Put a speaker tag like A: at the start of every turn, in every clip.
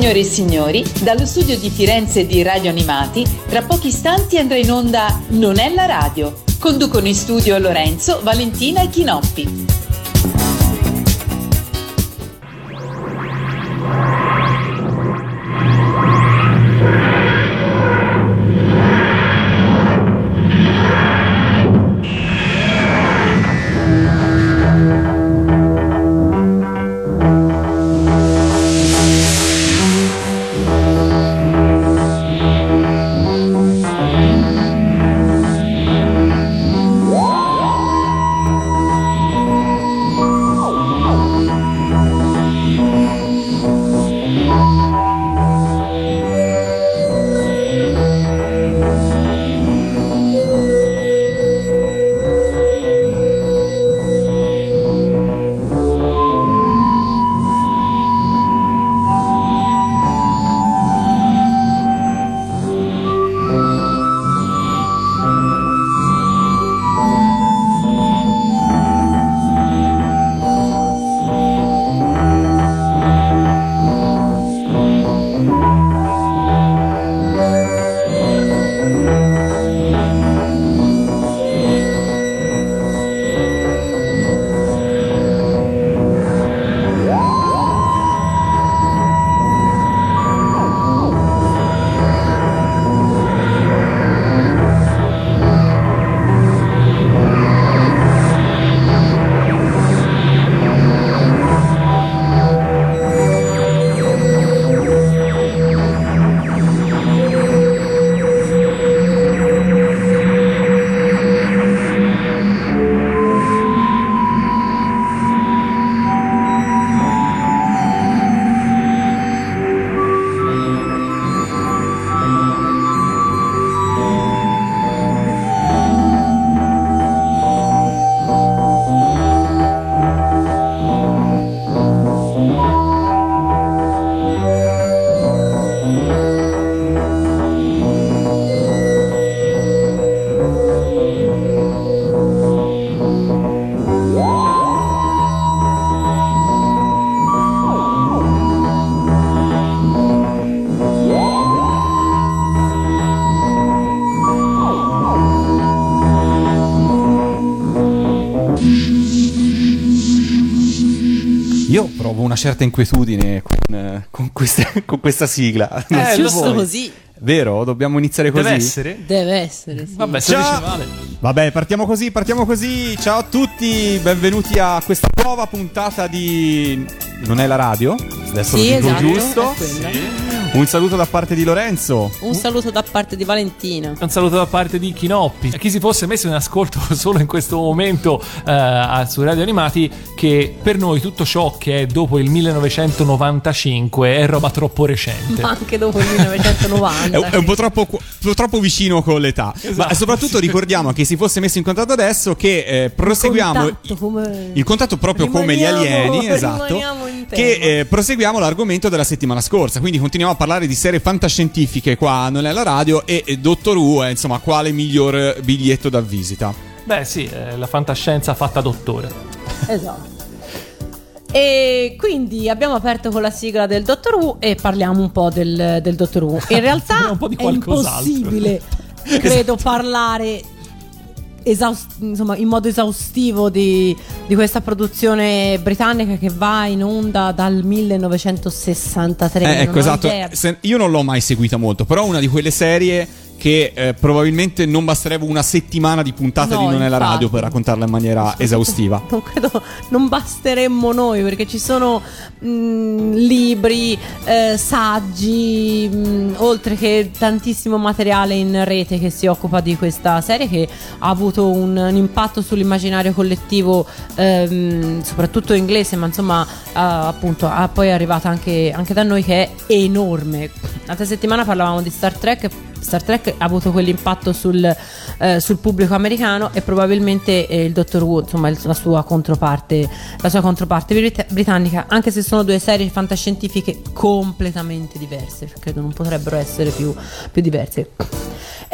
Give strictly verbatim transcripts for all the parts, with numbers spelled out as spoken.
A: Signore e signori, dallo studio di Firenze di Radio Animati, tra pochi istanti andrà in onda Non è la radio. Conducono in studio Lorenzo, Valentina e Chinoppi.
B: Io provo una certa inquietudine con, con, queste, con questa sigla. Non
C: Eh,
B: so
C: giusto
B: voi.
C: così.
B: Vero? Dobbiamo iniziare così?
C: Deve essere?
D: Deve essere, sì.
C: Vabbè, se
B: Ciao.
C: dice male.
B: Vabbè, partiamo così, partiamo così. Ciao a tutti, benvenuti a questa nuova puntata di Non è la radio. Adesso
D: Sì,
B: lo dico
D: esatto,
B: giusto.
D: è quella.
C: Sì.
B: Un saluto da parte di Lorenzo.
D: Un saluto da parte di Valentina.
C: Un saluto da parte di Chinoppi. A chi si fosse messo in ascolto solo in questo momento eh, su Radio Animati, che per noi tutto ciò che è dopo il millenovecentonovantacinque è roba troppo recente.
D: Ma anche dopo il millenovecentonovanta.
B: È, un- è un po' troppo, un po' troppo vicino con l'età.
C: Esatto,
B: Ma soprattutto
C: sì.
B: ricordiamo a chi si fosse messo in contatto adesso che eh, proseguiamo
D: Contatto come-
B: il contatto proprio come gli
D: Rimaniamo-
B: alieni, esatto.
D: rimaniamo in tema.
B: Che eh, proseguiamo l'argomento della settimana scorsa. Quindi continuiamo a parlare di serie fantascientifiche qua Non è la radio. E, e Doctor Who è insomma quale miglior biglietto da visita.
C: Beh sì, eh, la fantascienza fatta dottore.
D: Esatto. E quindi abbiamo aperto con la sigla del Doctor Who e parliamo un po' del, del Doctor Who. In realtà
C: Parliamo un po' di
D: è
C: qualcos'altro.
D: impossibile, credo, parlare esaus- insomma, in modo esaustivo di, di questa produzione britannica che va in onda dal millenovecentosessantatré.
B: Eh,
D: Non
B: ecco,
D: ho
B: esatto.
D: idea.
B: Se- io non l'ho mai seguita molto, però è una di quelle serie che eh, probabilmente non basterebbe una settimana di puntate
D: No,
B: di Non è la
D: infatti.
B: radio per raccontarla in maniera esaustiva.
D: Non credo, non basteremmo noi, perché ci sono mh, libri, eh, saggi, mh, oltre che tantissimo materiale in rete che si occupa di questa serie, che ha avuto un, un impatto sull'immaginario collettivo, ehm, soprattutto inglese, ma insomma eh, appunto ha poi è arrivata anche, anche da noi, che è enorme. L'altra settimana parlavamo di Star Trek. Star Trek ha avuto quell'impatto sul, eh, sul pubblico americano, e probabilmente eh, il Doctor Who, insomma, il- la sua controparte, la sua controparte brit- britannica, anche se sono due serie fantascientifiche completamente diverse, credo non potrebbero essere più, più diverse.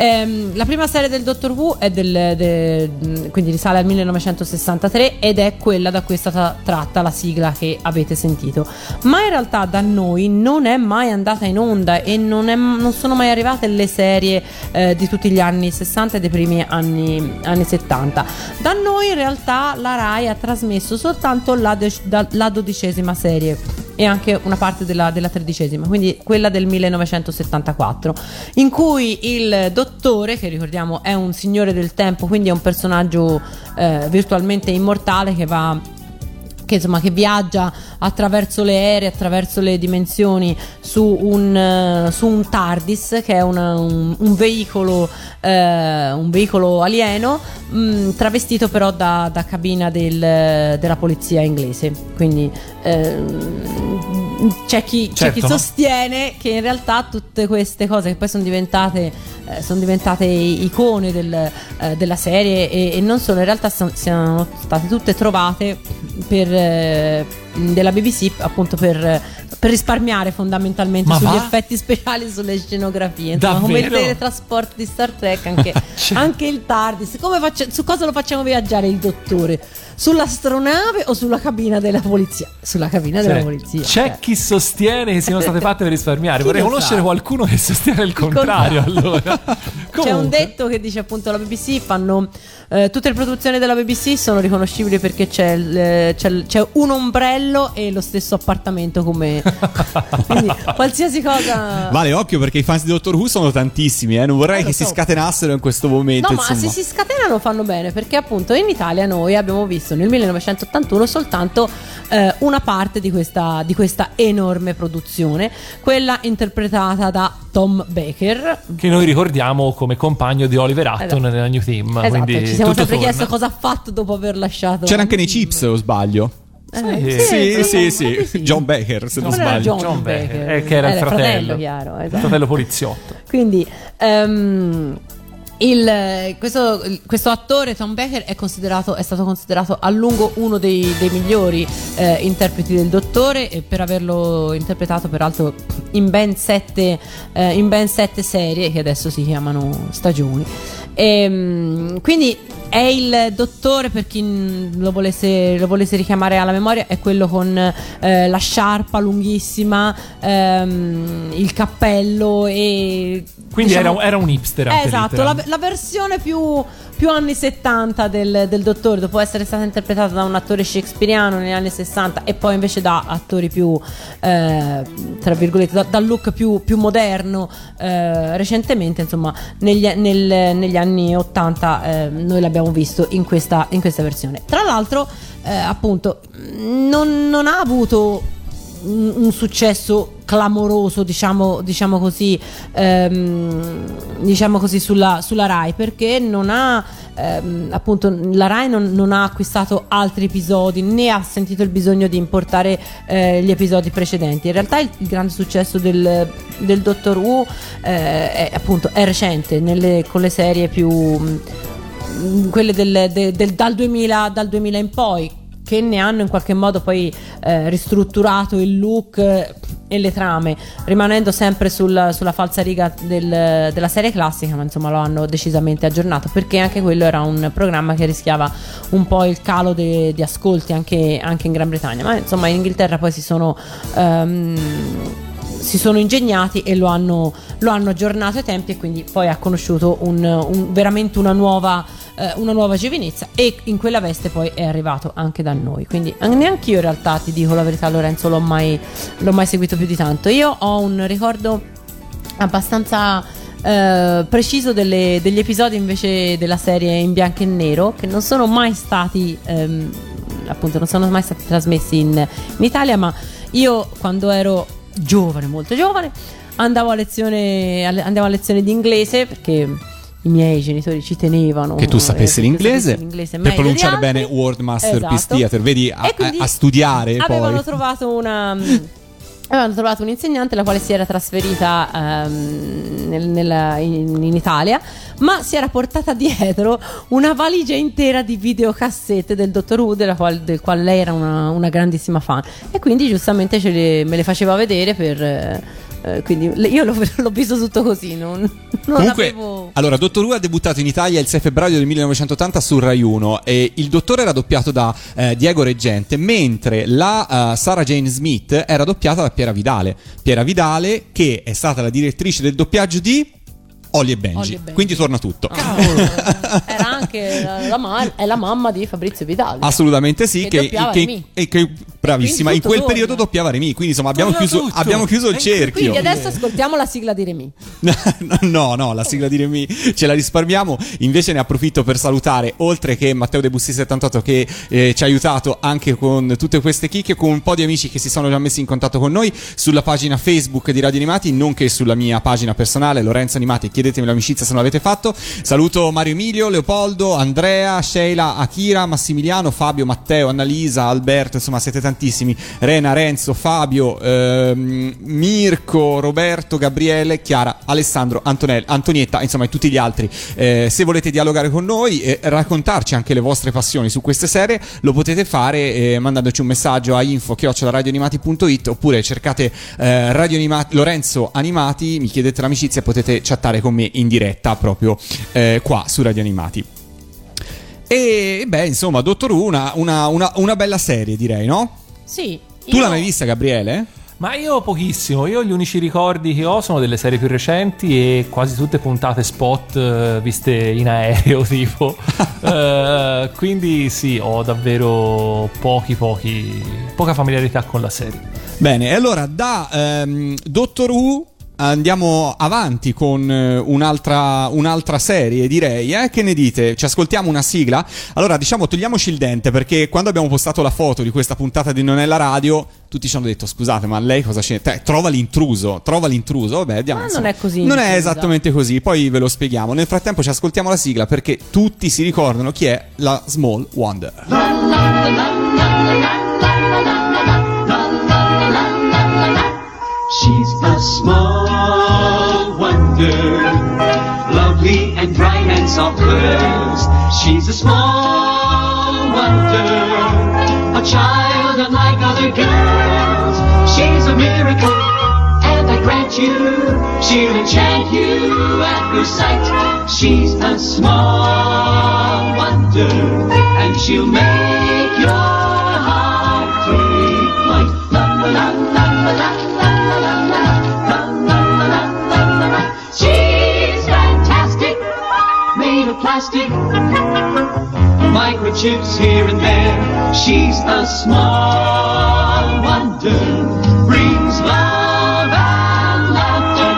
D: Ehm, la prima serie del Doctor Who è del, del, quindi risale al millenovecentosessantatré ed è quella da cui è stata tratta la sigla che avete sentito, ma in realtà da noi non è mai andata in onda e non, è, non sono mai arrivate le serie eh, di tutti gli anni sessanta e dei primi anni, anni settanta. Da noi in realtà la Rai ha trasmesso soltanto la, de, da, la dodicesima serie e anche una parte della, della tredicesima, quindi quella del millenovecentosettantaquattro, in cui il dottore, che ricordiamo è un signore del tempo, quindi è un personaggio eh, virtualmente immortale che va che insomma che viaggia attraverso le ere, attraverso le dimensioni su un, uh, su un TARDIS, che è una, un, un veicolo uh, un veicolo alieno mh, travestito però da, da cabina del, della polizia inglese, quindi uh, c'è chi,
C: certo,
D: c'è chi
C: no?
D: sostiene che in realtà tutte queste cose che poi sono diventate eh, sono diventate icone del, eh, della serie e, e non solo, in realtà son, siano state tutte trovate per eh, della B B C appunto per, per risparmiare fondamentalmente
C: Ma
D: sugli
C: va?
D: effetti speciali, sulle scenografie, insomma, come il
C: Davvero?
D: teletrasporto di Star Trek, anche,
C: Cioè-
D: anche il TARDIS. Come faccia- su cosa lo facciamo viaggiare il dottore? Sull'astronave o sulla cabina della polizia? Sulla cabina della
C: Cioè,
D: polizia.
C: c'è
D: cioè.
C: chi sostiene che siano state fatte per risparmiare.
D: Chi
C: Vorrei
D: lo
C: conoscere
D: sa?
C: qualcuno che sostiene il contrario. Allora,
D: C'è un
C: Comunque.
D: detto che dice appunto la B B C fanno eh, tutte le produzioni della B B C sono riconoscibili perché c'è, il, eh, c'è, il- c'è un ombrello e lo stesso appartamento come quindi qualsiasi cosa.
B: Vale, occhio perché i fans di Doctor Who sono tantissimi, eh. Non vorrei
D: Eh, lo
B: che
D: so.
B: si scatenassero in questo momento.
D: No, ma
B: insomma.
D: se si scatenano fanno bene, perché appunto in Italia noi abbiamo visto nel millenovecentottantuno soltanto eh, una parte di questa, di questa enorme produzione, quella interpretata da Tom Baker.
C: Che noi ricordiamo come compagno di Oliver Hutton
D: Esatto.
C: nella New Team.
D: Esatto,
C: Quindi
D: ci siamo
C: tutto
D: sempre
C: torna.
D: chiesto cosa ha fatto dopo aver lasciato.
B: C'era anche nei Chips, o sbaglio?
D: Eh,
B: Sì, sì,
D: ma
B: sì.
D: che sì.
B: John Baker, se non
D: Quello era
B: sbaglio.
D: John,
C: John
D: Baker,
C: Baker, eh, che era il fratello.
D: chiaro,
C: Il
D: esatto.
C: fratello poliziotto.
D: Quindi ehm, il, questo, questo attore Tom Baker è considerato è stato considerato a lungo uno dei, dei migliori eh, interpreti del dottore, e per averlo interpretato peraltro in ben sette eh, in ben sette serie che adesso si chiamano stagioni. E, quindi è il dottore, per chi lo volesse, lo volesse richiamare alla memoria, è quello con eh, la sciarpa lunghissima, ehm, il cappello e
C: Quindi
D: diciamo-
C: era, era un hipster.
D: eh,
C: anche
D: esatto,
C: lì,
D: la,
C: però.
D: la versione più, più anni settanta del, del dottore, dopo essere stata interpretata da un attore shakespeariano negli anni sessanta e poi invece da attori più eh, tra virgolette da, dal look più, più moderno eh, recentemente, insomma negli, nel- negli anni ottanta eh, noi l'abbiamo visto in questa, in questa versione. Tra l'altro eh, appunto non, non ha avuto un, un successo clamoroso, diciamo, diciamo così, ehm, diciamo così sulla, sulla Rai, perché non ha ehm, appunto la Rai non, non ha acquistato altri episodi, né ha sentito il bisogno di importare eh, gli episodi precedenti. In realtà il, il grande successo del, del Doctor Who eh, è appunto è recente, nelle, con le serie più mh, quelle del, del, del- dal duemila dal duemila in poi, che ne hanno in qualche modo poi eh, ristrutturato il look eh, e le trame, rimanendo sempre sul- sulla falsariga del- della serie classica, ma insomma lo hanno decisamente aggiornato, perché anche quello era un programma che rischiava un po' il calo de- di ascolti anche, anche in Gran Bretagna, ma insomma in Inghilterra poi si sono ehm, si sono ingegnati e lo hanno, lo hanno aggiornato ai tempi, e quindi poi ha conosciuto un, un- veramente una nuova, eh, una nuova giovinezza, e in quella veste poi è arrivato anche da noi. Quindi neanche io in realtà, ti dico la verità Lorenzo, l'ho mai, l'ho mai seguito più di tanto. Io ho un ricordo abbastanza eh, preciso delle- degli episodi invece della serie in bianco e nero, che non sono mai stati ehm, appunto non sono mai stati trasmessi in, in Italia, ma io quando ero giovane, molto giovane, andavo a lezione alle- andavo a lezione di inglese, perché i miei genitori ci tenevano
B: Che tu sapessi
D: eh,
B: l'inglese,
D: sapessi l'inglese
B: per
D: meglio di
B: pronunciare
D: altri.
B: bene World Masterpiece
D: Esatto.
B: Theater, vedi, a,
D: E quindi
B: a- a studiare
D: avevano
B: poi.
D: trovato una avevano trovato un'insegnante la quale si era trasferita ehm, nel- nella- in, in Italia, ma si era portata dietro una valigia intera di videocassette del Doctor Who, della qual- del quale lei era una, una grandissima fan, e quindi giustamente ce le- me le faceva vedere per, eh, eh, quindi le- io l'ho, l'ho visto tutto così, non, non
B: Comunque,
D: avevo...
B: allora, Dottor Who ha debuttato in Italia il sei febbraio del millenovecentottanta su Rai uno e il dottore era doppiato da eh, Diego Reggente, mentre la uh, Sarah Jane Smith era doppiata da Piera Vidale. Piera Vidale, che è stata la direttrice del doppiaggio di Holly e Benji.
D: Holly e Benji.
B: Quindi torna tutto.
D: Ah, era anche la, la, ma- è la mamma di Fabrizio Vitali.
B: Assolutamente sì,
D: Che
B: che,
D: doppiava
B: che,
D: Remy.
B: e che- bravissima,
D: Quindi
B: in
D: tutto
B: quel
D: torna.
B: periodo doppiava Remy, quindi insomma abbiamo
C: Torna
B: chiuso,
C: tutto.
B: abbiamo chiuso il
C: È
B: cerchio.
D: Quindi adesso ascoltiamo la sigla di Remy.
B: No, no, la sigla di Remy ce la risparmiamo. Invece ne approfitto per salutare, oltre che Matteo De Bussi settantotto che eh, ci ha aiutato anche con tutte queste chicche, con un po' di amici che si sono già messi in contatto con noi sulla pagina Facebook di Radio Animati, nonché sulla mia pagina personale Lorenzo Animati. Chiedetemi l'amicizia se non l'avete fatto. Saluto Mario Emilio, Leopoldo, Andrea, Sheila, Akira, Massimiliano, Fabio, Matteo, Annalisa, Alberto, insomma siete tantissimi. Rena, Renzo, Fabio, ehm, Mirko, Roberto, Gabriele, Chiara, Alessandro, Antonella, Antonietta, insomma e tutti gli altri. Eh, se volete dialogare con noi e raccontarci anche le vostre passioni su queste serie, lo potete fare eh, mandandoci un messaggio a info chiocciola radioanimati punto it, oppure cercate eh, Radio Animati, Lorenzo Animati, mi chiedete l'amicizia e potete chattare con me in diretta proprio eh, qua su Radio Animati. E beh, insomma, Dottor Who, una, una, una, una bella serie, direi, no?
D: Sì.
B: Tu
D: io-
B: l'hai mai vista, Gabriele?
C: Ma io pochissimo, io gli unici ricordi che ho sono delle serie più recenti e quasi tutte puntate spot eh, viste in aereo tipo. Eh, quindi sì, ho davvero pochi pochi poca familiarità con la serie.
B: Bene, e allora da ehm, Dottor Who andiamo avanti con eh, un'altra, un'altra serie, direi, eh? Che ne dite? Ci ascoltiamo una sigla? Allora, diciamo, togliamoci il dente, perché quando abbiamo postato la foto di questa puntata di Non è la radio, tutti ci hanno detto, scusate, ma lei cosa c'è? Te, trova l'intruso, trova l'intruso, vabbè, andiamo.
D: Ma
B: insomma.
D: non è così
B: Non è
D: intrusa.
B: esattamente così, poi ve lo spieghiamo. Nel frattempo ci ascoltiamo la sigla, perché tutti si ricordano chi è la Small Wonder.
E: She's a small wonder, lovely and bright and soft curves. She's a small wonder, a child unlike other girls. She's a miracle, and I grant you, she'll enchant you at first sight. She's a small wonder, and she'll make your heart quake light. La la la la la la. She's fantastic, made of plastic, microchips here and there. She's a small wonder, brings love and laughter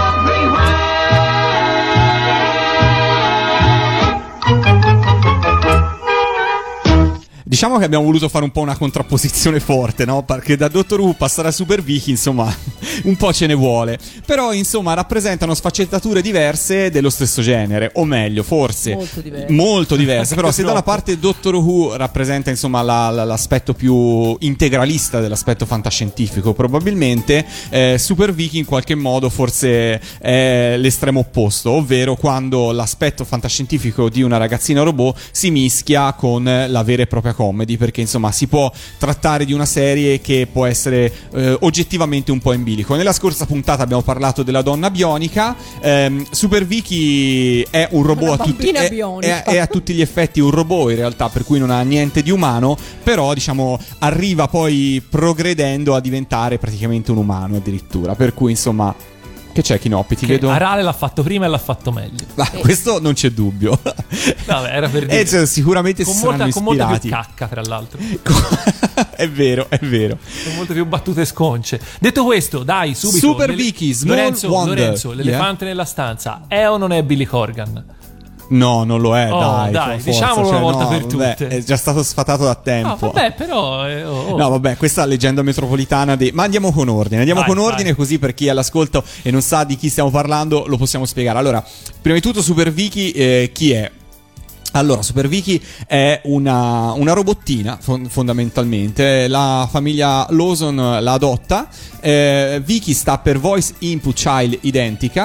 E: everywhere.
B: Diciamo che abbiamo voluto fare un po' una contrapposizione forte, no? Perché da Dottor Who passare a Super Vicky, insomma, un po' ce ne vuole. Però, insomma, rappresentano sfaccettature diverse dello stesso genere. O meglio, forse
D: Molto diverse.
B: molto diverse. Però se da una
C: Troppo.
B: parte Dottor Who rappresenta, insomma, la- la- l'aspetto più integralista dell'aspetto fantascientifico, probabilmente eh, Super Vicky in qualche modo forse è l'estremo opposto, ovvero quando l'aspetto fantascientifico di una ragazzina robot si mischia con la vera e propria comedy, perché insomma si può trattare di una serie che può essere eh, oggettivamente un po' in bilico. Nella scorsa puntata abbiamo parlato della donna bionica. ehm, Super Vicky è un robot
D: Una
B: a tutti,
D: bambina
B: è,
D: bionica.
B: è- è a tutti gli effetti un robot in realtà, per cui non ha niente di umano, però diciamo arriva poi progredendo a diventare praticamente un umano addirittura, per cui insomma, che c'è Kinoppi? Ti
C: Che
B: vedo.
C: Arale l'ha fatto prima e l'ha fatto meglio.
B: Ma questo non c'è dubbio.
C: Vabbè, era per dire.
B: E cioè, sicuramente
C: con
B: si
C: molta,
B: saranno
C: con molta più
B: ispirati.
C: cacca, tra l'altro.
B: È vero, è vero.
C: Con molte più battute sconce. Detto questo, dai, subito.
B: Super
C: l'ele-
B: Vicky, Small
C: Lorenzo,
B: Wonder.
C: Lorenzo, l'elefante nella stanza. È o non è Billy Corgan?
B: No, non lo è,
C: Oh,
B: dai.
C: dai,
B: forza,
C: diciamolo
B: cioè,
C: una volta
B: no,
C: per
B: vabbè,
C: tutte.
B: è già stato sfatato da tempo.
C: No, vabbè, però. eh, oh, oh.
B: No, vabbè, questa leggenda metropolitana di... Ma andiamo con ordine, andiamo
C: Vai,
B: con ordine,
C: vai.
B: così per chi è all'ascolto e non sa di chi stiamo parlando lo possiamo spiegare. Allora, prima di tutto Super Vicky, eh, chi è? Allora, Super Vicky è una, una robottina, fon- fondamentalmente. La famiglia Lawson la adotta. Eh, Vicky sta per Voice Input Child Identicat.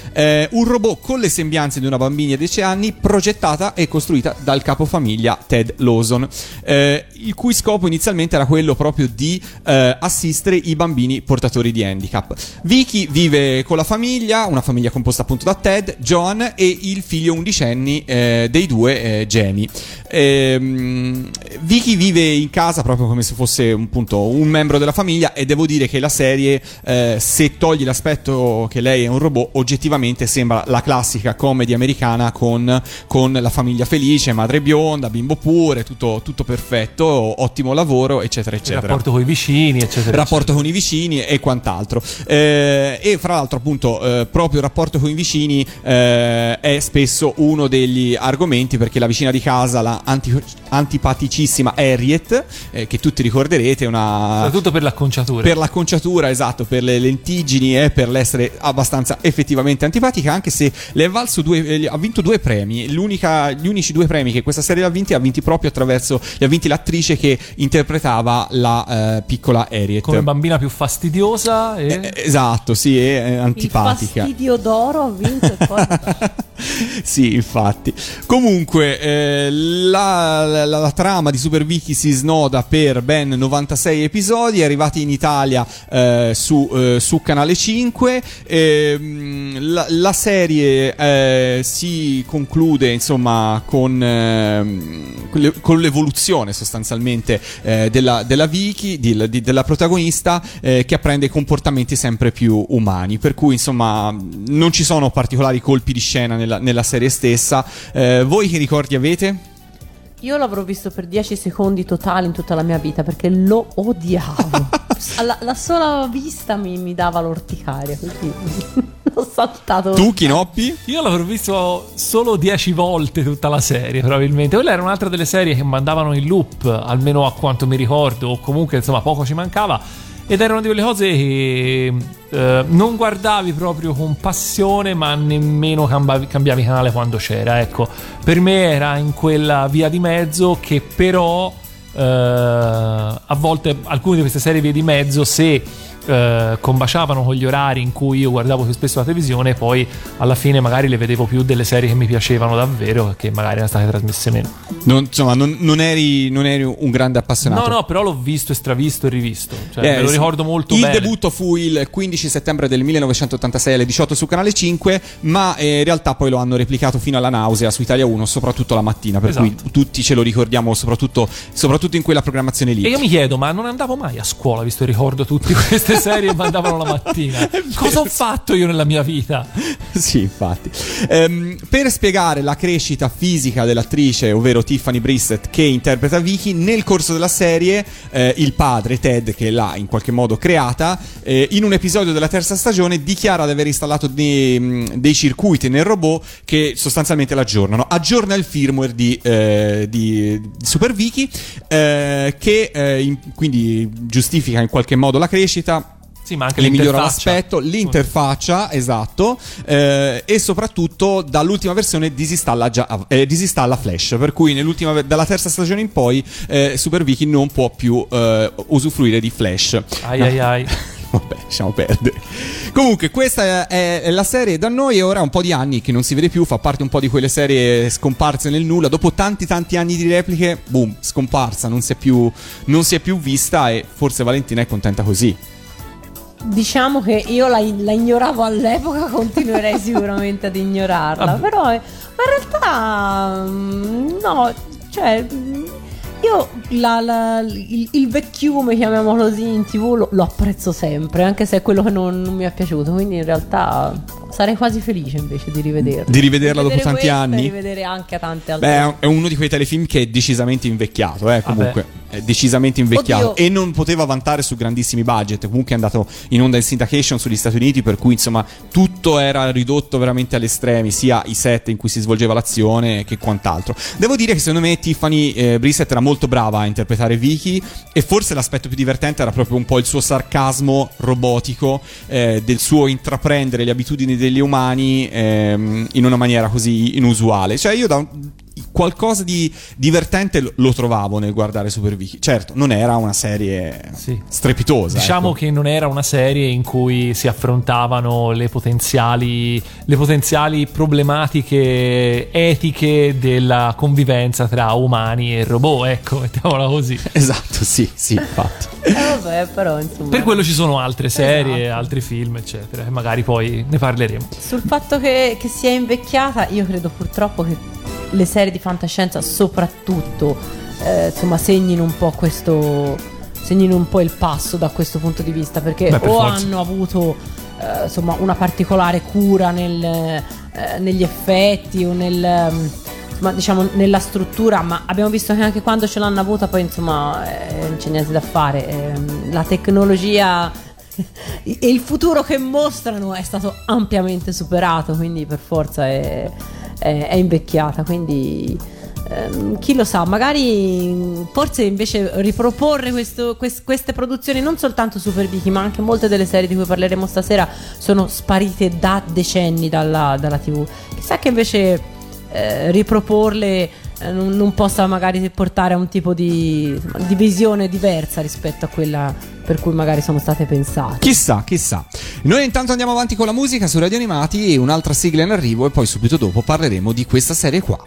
B: eh, un robot con le sembianze di una bambina di dieci anni, progettata e costruita dal capofamiglia Ted Lawson, eh, il cui scopo inizialmente era quello proprio di eh, assistere i bambini portatori di handicap. Vicky vive con la famiglia, una famiglia composta appunto da Ted, Joan e il figlio undicenni eh, dei due, eh, Jamie. Ehm, Vicky vive in casa proprio come se fosse un, appunto, un membro della famiglia, e devo dire che la serie, eh, se togli l'aspetto che lei è un robot, oggettivamente sembra la classica comedy americana con, con la famiglia felice, madre bionda, bimbo pure, tutto, tutto perfetto, ottimo lavoro, eccetera eccetera.
C: Il rapporto con i vicini, eccetera,
B: rapporto
C: eccetera.
B: con i vicini e quant'altro, eh, e fra l'altro appunto eh, proprio il rapporto con i vicini eh, è spesso uno degli argomenti, perché la vicina di casa, la anti- antipaticissima Harriet, eh, che tutti ricorderete, una
C: soprattutto per l'acconciatura
B: per l'acconciatura, esatto, per le lentiggini e per l'essere abbastanza effettivamente antipatica, anche se le è valso due, eh, ha vinto due premi. L'unica, gli unici due premi che questa serie ha vinti, ha vinti proprio attraverso, li ha vinti l'attrice che interpretava la eh, piccola Harriet
C: come bambina più fastidiosa e...
B: eh, esatto, sì, è eh, antipatica.
D: Il fastidio d'oro ha vinto e poi...
B: Sì, infatti. Comunque eh, la, la, la, la trama di Super Vicky si snoda per ben novantasei episodi, arrivati in Italia eh, su, eh, su Canale cinque. Eh, la, la serie eh, si conclude insomma con, eh, con l'evoluzione sostanzialmente eh, della, della Vicky, di, di, della protagonista, eh, che apprende comportamenti sempre più umani, per cui insomma non ci sono particolari colpi di scena nella, nella serie stessa. Eh, voi che ricordi avete?
D: Io l'avrò visto per dieci secondi totali in tutta la mia vita, perché lo odiavo. la, la sola vista mi, mi dava l'orticaria, così l'ho saltato.
B: Tu, Chinoppi?
C: Io l'avrò visto solo dieci volte tutta la serie, probabilmente. Quella era un'altra delle serie che mandavano in loop, almeno a quanto mi ricordo, o comunque insomma poco ci mancava. Ed era una di quelle cose che eh, non guardavi proprio con passione, ma nemmeno cambiavi, cambiavi canale quando c'era. Ecco, per me era in quella via di mezzo che però eh, a volte alcune di queste serie vie di mezzo, se eh, combaciavano con gli orari in cui io guardavo più spesso la televisione, poi alla fine magari le vedevo più delle serie che mi piacevano davvero, che magari erano state trasmesse meno.
B: Non, insomma, non, non, eri, non eri un grande appassionato.
C: No, no, però l'ho visto e stravisto e rivisto. Cioè,
B: eh,
C: me lo
B: sì.
C: ricordo molto
B: il
C: bene.
B: Il debutto fu il quindici settembre del millenovecentottantasei alle diciotto su Canale cinque, ma eh, in realtà poi lo hanno replicato fino alla nausea su Italia uno, soprattutto la mattina, per
C: esatto.
B: cui tutti ce lo ricordiamo, soprattutto, soprattutto in quella programmazione lì.
C: E io mi chiedo, ma non andavo mai a scuola, visto che ricordo tutte queste serie e mandavano la mattina? Cosa ho fatto io nella mia vita?
B: Sì, infatti. Ehm, per spiegare la crescita fisica dell'attrice, ovvero Tiffany Brissett, che interpreta Vicky, nel corso della serie eh, il padre Ted, che l'ha in qualche modo creata, eh, in un episodio della terza stagione dichiara di aver installato dei, dei circuiti nel robot che sostanzialmente l'aggiornano. Aggiorna il firmware di, eh, di, di Super Vicky, eh, che eh, in, quindi giustifica in qualche modo la crescita.
C: Sì, ma anche
B: le migliora l'aspetto, l'interfaccia, esatto, eh, e soprattutto dall'ultima versione disinstalla, già, eh, disinstalla Flash, per cui nell'ultima, dalla terza stagione in poi eh, Super Vicky non può più eh, usufruire di Flash.
C: Ai ai ai.
B: Vabbè, lasciamo perdere. Comunque questa è, è la serie da noi, e ora è un po' di anni che non si vede più, fa parte un po' di quelle serie scomparse nel nulla. Dopo tanti tanti anni di repliche, boom, scomparsa, non si è più, non si è più vista, e forse Valentina è contenta così.
D: Diciamo che io la, la ignoravo all'epoca, continuerei sicuramente ad ignorarla.
C: Vabbè.
D: Però ma in realtà no, cioè io la, la, il, il vecchiume, chiamiamolo così, in tv lo, lo apprezzo sempre, anche se è quello che non, non mi è piaciuto. Quindi in realtà sarei quasi felice invece di rivederla.
B: Di rivederla dopo tanti
D: questa,
B: anni.
D: E rivedere anche tante altre.
B: Beh, è uno di quei telefilm che è decisamente invecchiato, eh, comunque.
C: Vabbè.
B: È decisamente invecchiato.
D: Oddio.
B: E non poteva vantare su grandissimi budget. Comunque è andato in onda in syndication sugli Stati Uniti, per cui insomma tutto era ridotto veramente agli estremi, sia i set in cui si svolgeva l'azione che quant'altro. Devo dire che secondo me Tiffany eh, Brissett era molto brava a interpretare Vicky, e forse l'aspetto più divertente era proprio un po' il suo sarcasmo robotico, eh, del suo intraprendere le abitudini degli umani ehm, in una maniera così inusuale. Cioè io da un qualcosa di divertente lo, lo trovavo nel guardare Super Vicky. Certo, non era una serie
C: Sì.
B: strepitosa.
C: Diciamo
B: ecco.
C: che non era una serie in cui si affrontavano le potenziali, le potenziali problematiche etiche della convivenza tra umani e robot, ecco, mettiamola così.
B: Esatto, sì, sì, infatti.
D: Eh, vabbè, però insomma.
C: Per quello ci sono altre serie,
D: Esatto.
C: altri film, eccetera, e magari poi ne parleremo.
D: Sul fatto che, che sia invecchiata, io credo purtroppo che le serie di fantascienza soprattutto eh, insomma segnino un po' questo segnino un po' il passo da questo punto di vista, perché
C: Beh, per
D: o
C: forza.
D: hanno avuto eh, insomma una particolare cura nel, eh, negli effetti o nel ehm, insomma, diciamo nella struttura, ma abbiamo visto che anche quando ce l'hanno avuta poi insomma eh, non c'è niente da fare. Ehm, la tecnologia e il futuro che mostrano è stato ampiamente superato, quindi per forza è, è, è invecchiata, quindi ehm, chi lo sa, magari forse invece riproporre questo, quest, queste produzioni, non soltanto Super Vicky ma anche molte delle serie di cui parleremo stasera sono sparite da decenni dalla, dalla tivù, chissà che invece eh, riproporle eh, non, non possa magari portare a un tipo di, di visione diversa rispetto a quella per cui magari sono state pensate.
B: Chissà, chissà. Noi intanto andiamo avanti con la musica su Radio Animati, un'altra sigla in arrivo e poi subito dopo parleremo di questa serie qua.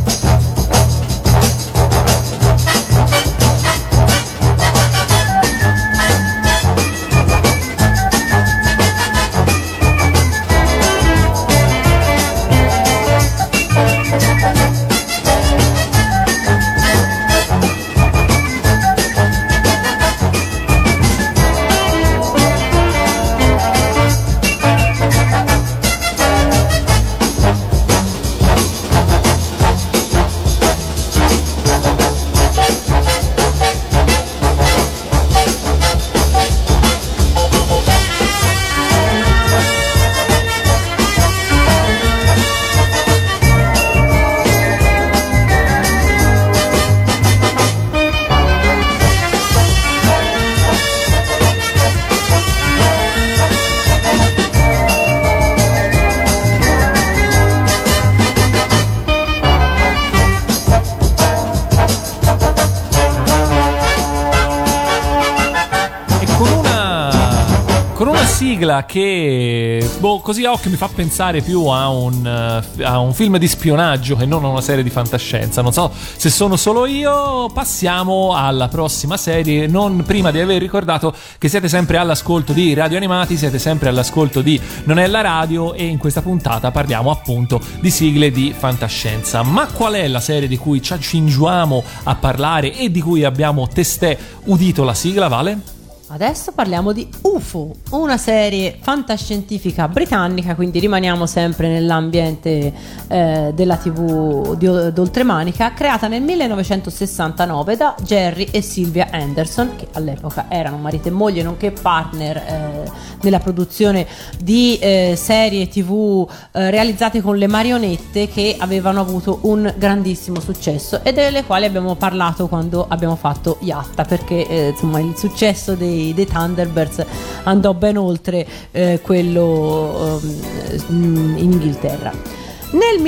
C: sigla che boh, così a occhio mi fa pensare più a un, uh, a un film di spionaggio che non a una serie di fantascienza. Non so se sono solo io. Passiamo alla prossima serie, non prima di aver ricordato che siete sempre all'ascolto di Radio Animati, siete sempre all'ascolto di Non è la radio, e in questa puntata parliamo appunto di sigle di fantascienza. Ma qual è la serie di cui ci accingiamo a parlare e di cui abbiamo testè udito la sigla, Vale?
D: Adesso parliamo di U F O, una serie fantascientifica britannica, quindi rimaniamo sempre nell'ambiente eh, della tivù di, d'oltremanica, creata nel millenovecentosessantanove da Jerry e Sylvia Anderson, che all'epoca erano marito e moglie nonché partner eh, nella produzione di eh, serie tivù eh, realizzate con le marionette, che avevano avuto un grandissimo successo e delle quali abbiamo parlato quando abbiamo fatto Yatta, perché eh, insomma il successo dei dei Thunderbirds andò ben oltre eh, quello eh, in Inghilterra. Nel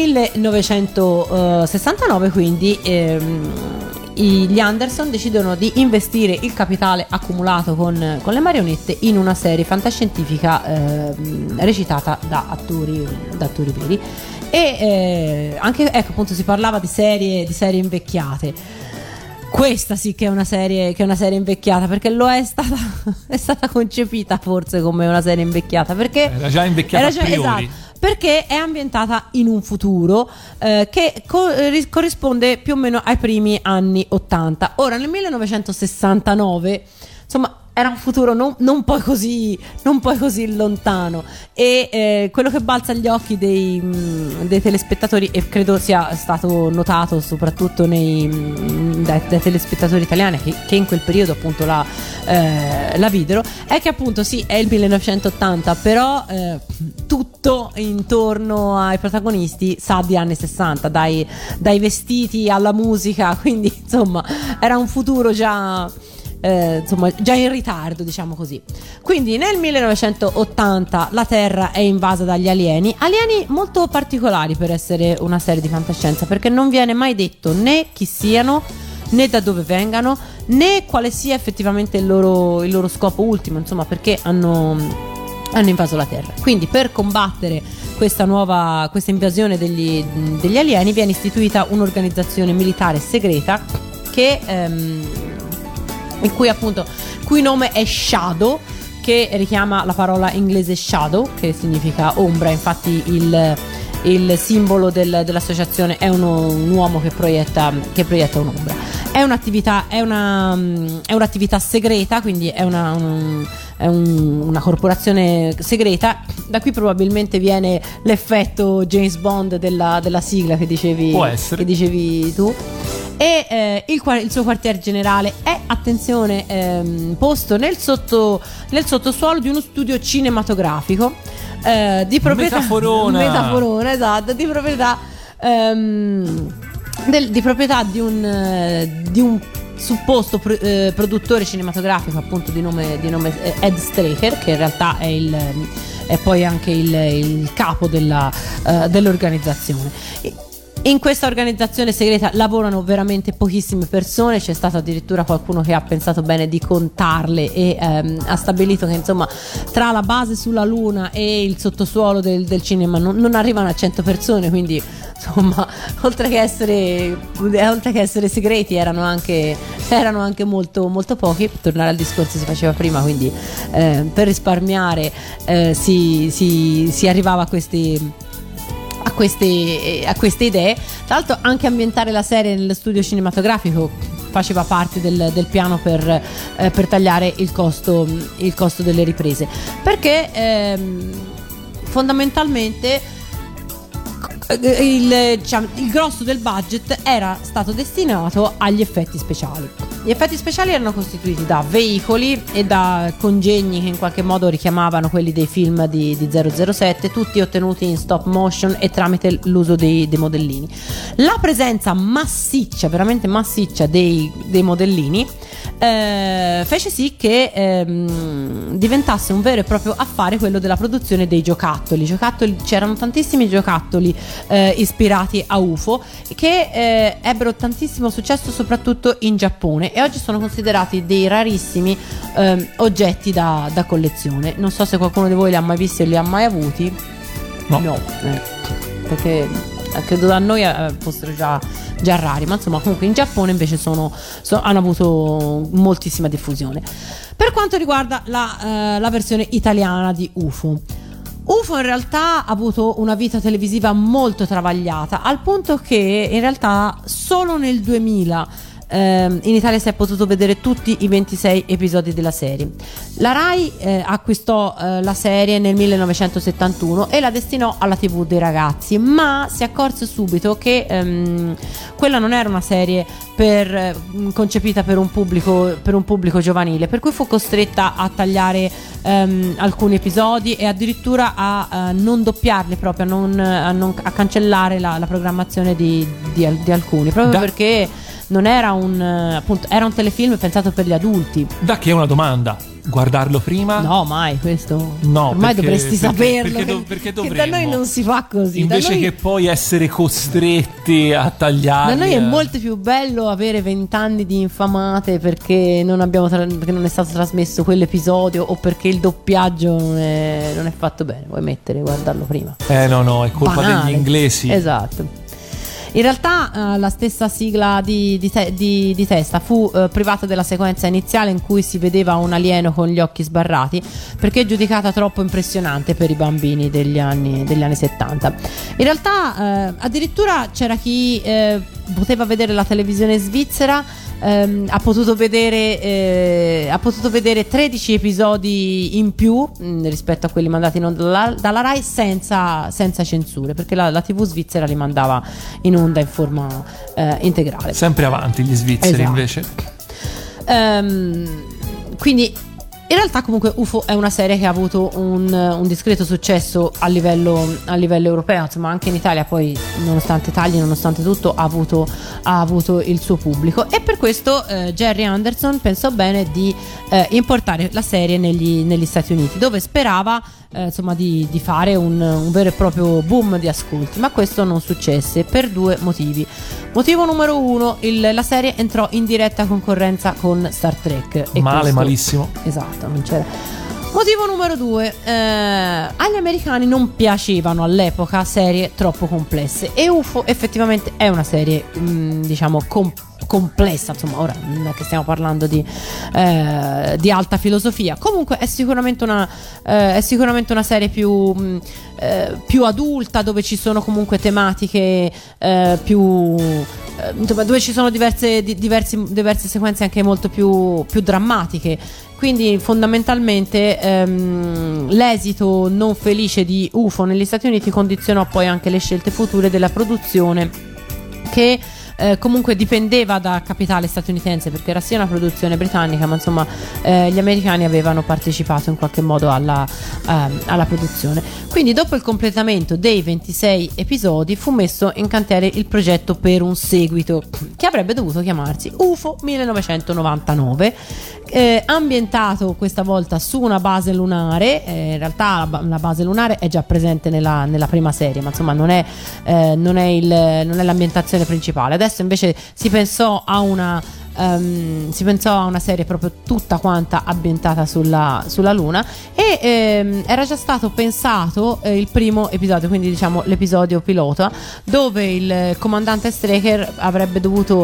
D: millenovecentosessantanove quindi ehm, gli Anderson decidono di investire il capitale accumulato con, con le marionette in una serie fantascientifica eh, recitata da attori, da attori veri, e eh, anche ecco appunto si parlava di serie, di serie invecchiate. Questa sì che è una serie che è una serie invecchiata, perché lo è stata è stata concepita forse come una serie invecchiata, perché
C: era già invecchiata
D: era già,
C: a priori.
D: esatto, perché è ambientata in un futuro eh, che co- ris- corrisponde più o meno ai primi anni ottanta. Ora nel millenovecentosessantanove insomma era un futuro non, non poi così non poi così lontano, e eh, quello che balza agli occhi dei, mh, dei telespettatori, e credo sia stato notato soprattutto nei, mh, dai, dai telespettatori italiani che, che in quel periodo appunto la, eh, la videro, è che appunto sì, è il millenovecentottanta, però eh, tutto intorno ai protagonisti sa di anni sessanta, dai, dai vestiti alla musica, quindi insomma era un futuro già eh, insomma già in ritardo, diciamo così. Quindi nel millenovecentottanta la Terra è invasa dagli alieni, alieni molto particolari per essere una serie di fantascienza, perché non viene mai detto né chi siano, né da dove vengano, né quale sia effettivamente il loro, il loro scopo ultimo, insomma, perché hanno, hanno invaso la Terra. Quindi per combattere questa nuova questa invasione degli, degli alieni viene istituita un'organizzazione militare segreta che ehm, il cui appunto cui nome è Shadow, che richiama la parola inglese shadow, che significa ombra. Infatti il il simbolo del, dell'associazione è uno, un uomo che proietta, che proietta un'ombra. È un'attività, è una, è un'attività segreta, quindi è una, un, è un, una corporazione segreta. Da qui probabilmente viene l'effetto James Bond della, della sigla che dicevi,
C: Può essere.
D: che dicevi tu. E eh, il, il suo quartier generale è, attenzione, ehm, posto nel, sotto, nel sottosuolo di uno studio cinematografico eh, di proprietà
C: Metaforona.
D: metaforona, esatto, di proprietà ehm, del, di proprietà di un, eh, di un supposto pro, eh, produttore cinematografico, appunto di nome, di nome Ed Straker, che in realtà è il è poi anche il, il capo della, uh, dell'organizzazione. In questa organizzazione segreta lavorano veramente pochissime persone, c'è stato addirittura qualcuno che ha pensato bene di contarle e ehm, ha stabilito che insomma tra la base sulla Luna e il sottosuolo del, del cinema non, non arrivano a cento persone, quindi insomma oltre che essere, oltre che essere segreti erano anche, erano anche molto, molto pochi. Per tornare al discorso si faceva prima, quindi eh, per risparmiare eh, si, si, si arrivava a questi A queste, a queste idee. Tra l'altro anche ambientare la serie nello studio cinematografico faceva parte del, del piano per, eh, per tagliare il costo, il costo delle riprese, perché ehm, fondamentalmente il, diciamo, il grosso del budget era stato destinato agli effetti speciali. Gli effetti speciali erano costituiti da veicoli e da congegni che in qualche modo richiamavano quelli dei film di, di zero zero sette, tutti ottenuti in stop motion e tramite l'uso dei, dei modellini. La presenza massiccia, veramente massiccia dei, dei modellini eh, fece sì che ehm, diventasse un vero e proprio affare quello della produzione dei giocattoli. giocattoli c'erano tantissimi giocattoli eh, ispirati a U F O che eh, ebbero tantissimo successo soprattutto in Giappone e oggi sono considerati dei rarissimi ehm, oggetti da, da collezione. Non so se qualcuno di voi li ha mai visti o li ha mai avuti.
C: No,
D: no eh, perché eh, credo da noi eh, fossero già, già rari, ma insomma comunque in Giappone invece sono, so, hanno avuto moltissima diffusione. Per quanto riguarda la, eh, la versione italiana di U F O, U F O in realtà ha avuto una vita televisiva molto travagliata, al punto che in realtà solo nel duemila in Italia si è potuto vedere tutti i ventisei episodi della serie. La Rai eh, acquistò eh, la serie nel millenovecentosettantuno e la destinò alla tivù dei ragazzi, ma si accorse subito che ehm, quella non era una serie per, eh, concepita per un pubblico per un pubblico giovanile, per cui fu costretta a tagliare ehm, alcuni episodi e addirittura a, a non doppiarli, proprio a, non, a, non, a cancellare la, la programmazione di, di, di alcuni, proprio da- perché non era un appunto era un telefilm pensato per gli adulti.
C: Da che è una domanda: guardarlo prima?
D: No, mai questo.
C: No,
D: ormai
C: perché,
D: dovresti
C: perché,
D: saperlo.
C: Perché,
D: che,
C: do, perché
D: che
C: dovremmo?
D: da noi non si fa così.
C: Invece
D: da noi,
C: che poi essere costretti a tagliare.
D: Da noi è molto più bello avere vent'anni di infamate perché non abbiamo tra- perché non è stato trasmesso quell'episodio o perché il doppiaggio non è, non è fatto bene. Vuoi mettere, guardarlo prima.
C: Eh no, no, è colpa
D: Banale.
C: degli inglesi.
D: Esatto. In realtà uh, la stessa sigla di, di, te, di, di testa fu uh, privata della sequenza iniziale in cui si vedeva un alieno con gli occhi sbarrati, perché giudicata troppo impressionante per i bambini degli anni, degli anni settanta. In realtà uh, addirittura c'era chi uh, poteva vedere la televisione svizzera, um, ha potuto vedere uh, ha potuto vedere tredici episodi in più mh, rispetto a quelli mandati in onda dalla, dalla Rai senza, senza censure, perché la, la tivù svizzera li mandava in onda in forma uh, integrale.
C: Sempre avanti gli svizzeri. Esatto. Invece
D: um, quindi In realtà comunque U F O è una serie che ha avuto un, un discreto successo a livello, a livello europeo, insomma anche in Italia poi nonostante tagli, nonostante tutto ha avuto, ha avuto il suo pubblico, e per questo eh, Gerry Anderson pensò bene di eh, importare la serie negli, negli Stati Uniti, dove sperava eh, insomma di, di fare un, un vero e proprio boom di ascolti, ma questo non successe per due motivi. Motivo numero uno, il, la serie entrò in diretta concorrenza con Star Trek e
C: Male,
D: questo,
C: malissimo.
D: esatto, non c'era. Motivo numero due, eh, agli americani non piacevano all'epoca serie troppo complesse, e U F O effettivamente è una serie mh, diciamo com- complessa, insomma ora non è che stiamo parlando di, eh, di alta filosofia, comunque è sicuramente una, eh, è sicuramente una serie più, mh, eh, più adulta, dove ci sono comunque tematiche eh, più eh, dove ci sono diverse, di, diversi, diverse sequenze anche molto più, più drammatiche. Quindi fondamentalmente ehm, l'esito non felice di U F O negli Stati Uniti condizionò poi anche le scelte future della produzione, che eh, comunque dipendeva da capitale statunitense, perché era sia una produzione britannica, ma insomma eh, gli americani avevano partecipato in qualche modo alla, ehm, alla produzione. Quindi dopo il completamento dei ventisei episodi fu messo in cantiere il progetto per un seguito che avrebbe dovuto chiamarsi U F O millenovecentonovantanove, eh, ambientato questa volta su una base lunare. Eh, in realtà la, la base lunare è già presente nella, nella prima serie, ma insomma non è, eh, non è, il, non è l'ambientazione principale. Adesso invece si pensò a una Um, si pensò a una serie proprio tutta quanta ambientata sulla, sulla Luna, e ehm, era già stato pensato eh, il primo episodio, quindi diciamo l'episodio pilota, dove il comandante Straker avrebbe dovuto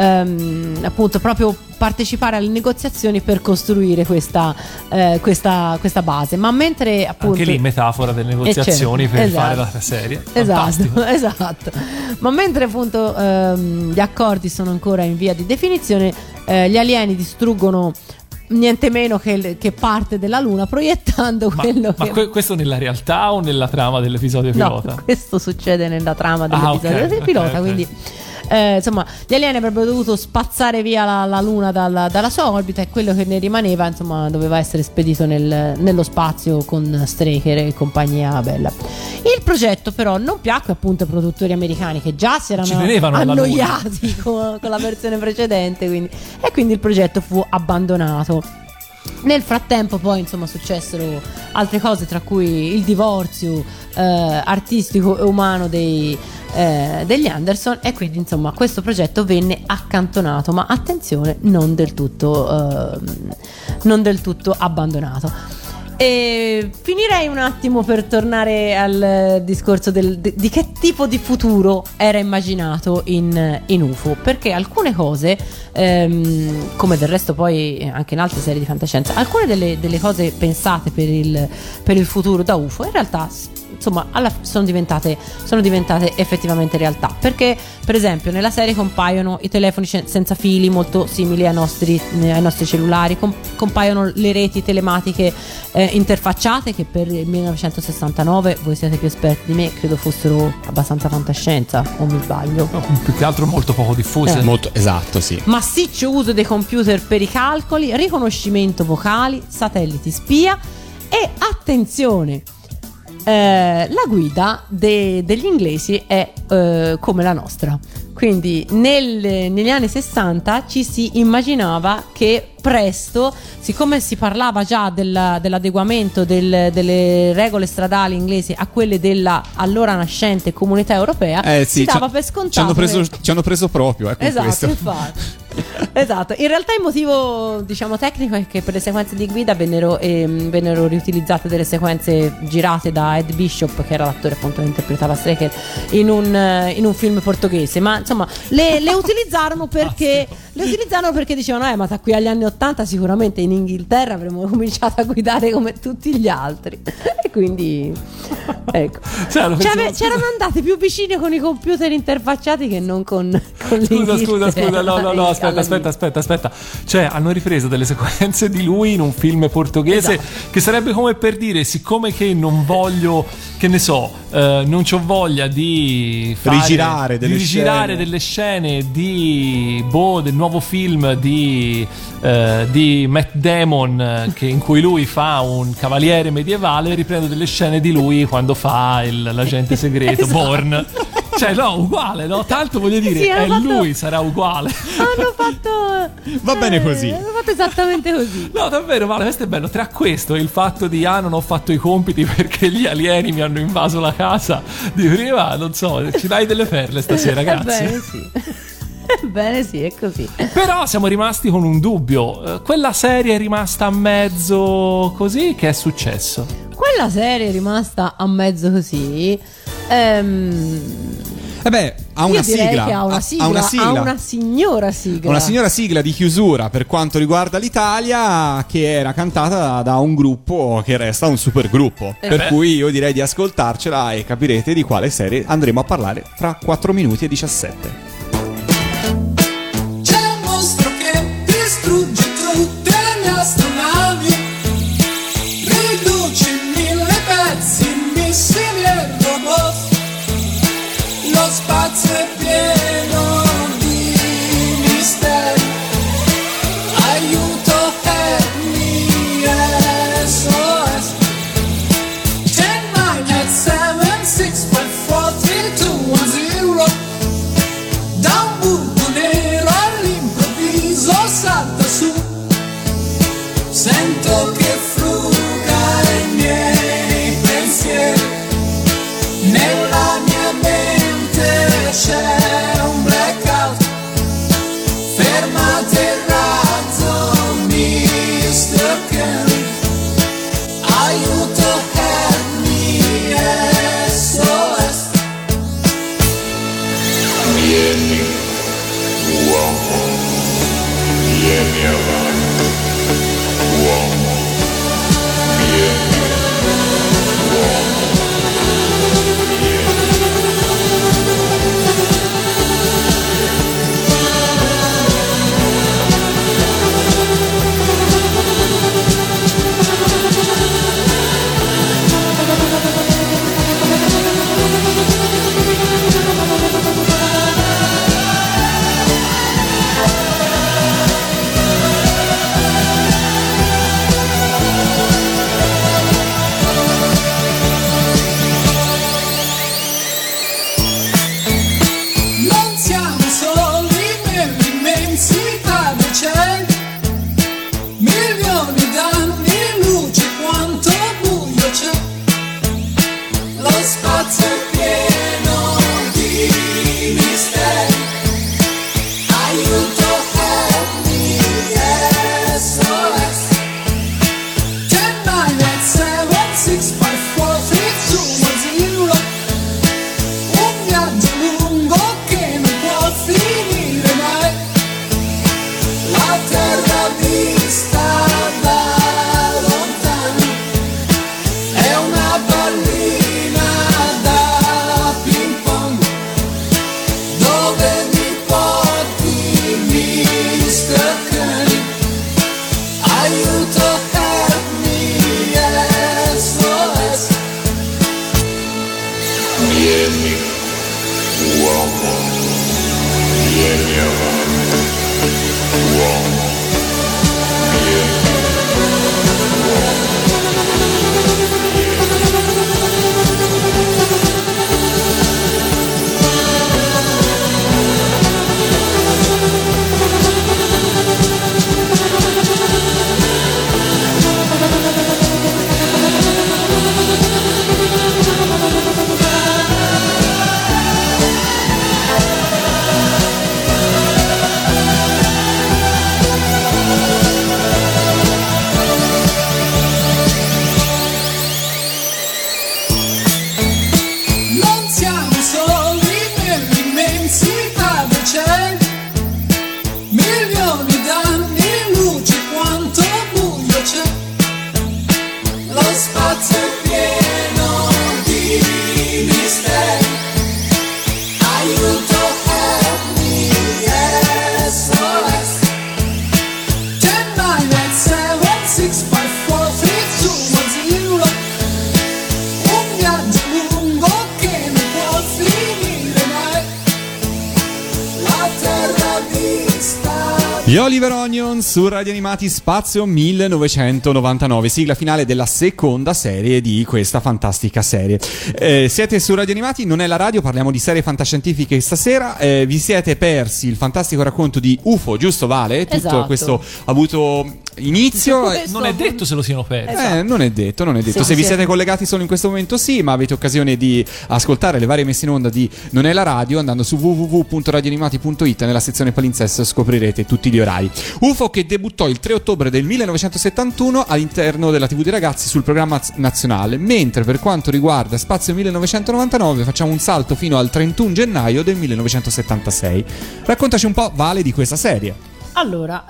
D: ehm, appunto proprio partecipare alle negoziazioni per costruire questa, eh, questa, questa base, ma mentre appunto
C: anche lì metafora delle negoziazioni per
D: esatto,
C: fare la serie.
D: Esatto, esatto. Ma mentre appunto ehm, gli accordi sono ancora in via di definizione, eh, gli alieni distruggono niente meno che, che parte della Luna, proiettando
C: ma,
D: quello
C: ma
D: che
C: que- questo nella realtà o nella trama dell'episodio pilota?
D: No, questo succede nella trama dell'episodio
C: ah, okay,
D: pilota,
C: okay,
D: quindi
C: okay.
D: Eh, insomma gli alieni avrebbero dovuto spazzare via la, la Luna dalla, dalla sua orbita, e quello che ne rimaneva insomma doveva essere spedito nel, nello spazio con Straker e compagnia bella. Il progetto però non piacque appunto ai produttori americani, che già si erano annoiati con, con la versione precedente, quindi, e quindi il progetto fu abbandonato. Nel frattempo poi insomma successero altre cose, tra cui il divorzio eh, artistico e umano dei, eh, degli Anderson, e quindi insomma questo progetto venne accantonato, ma attenzione, non del tutto eh, non del tutto abbandonato. E finirei un attimo per tornare al discorso del, di, di che tipo di futuro era immaginato in, in U F O, perché alcune cose ehm, come del resto poi anche in altre serie di fantascienza, alcune delle, delle cose pensate per il, per il futuro da U F O in realtà insomma alla, sono diventate sono diventate effettivamente realtà, perché per esempio nella serie compaiono i telefoni senza fili molto simili ai nostri, ai nostri cellulari, com, compaiono le reti telematiche eh, interfacciate, che per il millenovecentosessantanove, voi siete più esperti di me, credo fossero abbastanza fantascienza, o mi sbaglio?
C: No, più che altro molto poco diffuse.
B: Eh. Molto, esatto, sì.
D: Massiccio uso dei computer per i calcoli, riconoscimento vocali, satelliti spia e attenzione, Eh, la guida de- degli inglesi è eh, come la nostra, quindi nel, negli anni sessanta ci si immaginava che presto, siccome si parlava già della, dell'adeguamento del, delle regole stradali inglesi a quelle della allora nascente comunità europea,
B: eh, sì,
D: si dava
B: ci,
D: per scontato
B: ci hanno preso,
D: che...
B: ci hanno preso proprio eh, con
D: esatto,
B: questo.
D: infatti. Esatto, in realtà il motivo diciamo tecnico è che per le sequenze di guida vennero, ehm, vennero riutilizzate delle sequenze girate da Ed Bishop, che era l'attore appunto che interpretava Straker in un, in un film portoghese, ma insomma le, le utilizzarono perché le utilizzarono perché dicevano eh ma da qui agli anni ottanta sicuramente in Inghilterra avremmo cominciato a guidare come tutti gli altri, e quindi ecco
C: cioè,
D: C'ave, c'erano andate più vicine con i computer interfacciati che non con, con
C: scusa
D: l'Inghilterra.
C: scusa scusa no no no aspetta aspetta, aspetta, aspetta, aspetta. Cioè, hanno ripreso delle sequenze di lui in un film portoghese,
D: Esatto.
C: che sarebbe come per dire, siccome che non voglio, che ne so, eh, non c'ho voglia di fare,
B: rigirare delle
C: di rigirare
B: scene.
C: delle scene di boh, del nuovo film di, eh, di Matt Damon, eh, che, in cui lui fa un cavaliere medievale, riprendo delle scene di lui quando fa il, l'agente segreto,
D: Esatto.
C: Bourne. Cioè, no, uguale, no? Tanto voglio dire,
D: Sì,
C: è
D: hanno fatto-
C: lui, sarà uguale.
D: Hanno fatto.
B: Va bene così.
D: Hanno fatto esattamente così.
C: No, davvero, Vale, questo è bello. Tra questo e il fatto di ah, non ho fatto i compiti perché gli alieni mi hanno invaso la casa di prima, non so, ci dai delle perle stasera, grazie.
D: Ebbene sì. Ebbene sì, è così.
C: Però siamo rimasti con un dubbio. Eh, Quella serie è rimasta a mezzo così, che è successo?
D: Quella serie è rimasta a mezzo così. Ehm,
B: Eh beh, ha una
D: io direi
B: sigla.
D: che ha una
B: Ha-
D: sigla.
B: Ha una sigla.
D: Ha una signora sigla.
B: Una signora sigla di chiusura per quanto riguarda l'Italia, che era cantata da un gruppo che resta un super gruppo.
D: Eh
B: per
C: beh.
B: cui io direi di ascoltarcela e capirete di quale serie andremo a parlare fra quattro minuti e diciassette.
F: C'è un mostro che distrugge tutte le astronavi, riduce in mille pezzi missili e robot. Lo spazio è pieno di misteri. Aiuto, help me, S O S. ten, nine, eight, seven, six, five, four, three, two, one, zero. Da un buco nero all'improvviso salta su. Sento che fruga i miei pensieri. Nella mia mente c'è un blackout. Fermate il razzo, mister Kelly. Aiuto, help me, S O S.
G: Vieni, uomo, vieni avanti, uomo.
B: Gli Oliver Onion su Radio Animati Spazio millenovecentonovantanove, sigla finale della seconda serie di questa fantastica serie. Eh, siete su Radio Animati, non è la radio, parliamo di serie fantascientifiche stasera. Eh, vi siete persi il fantastico racconto di U F O, giusto Vale? Tutto
D: Esatto.
B: questo ha avuto inizio.
D: Questo-
C: Non è detto se lo siano persi.
B: Eh, non è detto, non è detto.
D: Sì,
B: Se vi
D: sì.
B: siete collegati solo in questo momento, sì, ma avete occasione di ascoltare le varie messe in onda di Non è la radio andando su w w w punto radioanimati punto it. Nella sezione palinsesto scoprirete tutti gli orari. U F O che debuttò il tre ottobre del millenovecentosettantuno all'interno della tivù dei ragazzi sul programma z- nazionale, mentre per quanto riguarda Spazio millenovecentonovantanove facciamo un salto fino al trentuno gennaio del millenovecentosettantasei. Raccontaci un po', Vale, di questa serie.
D: Allora,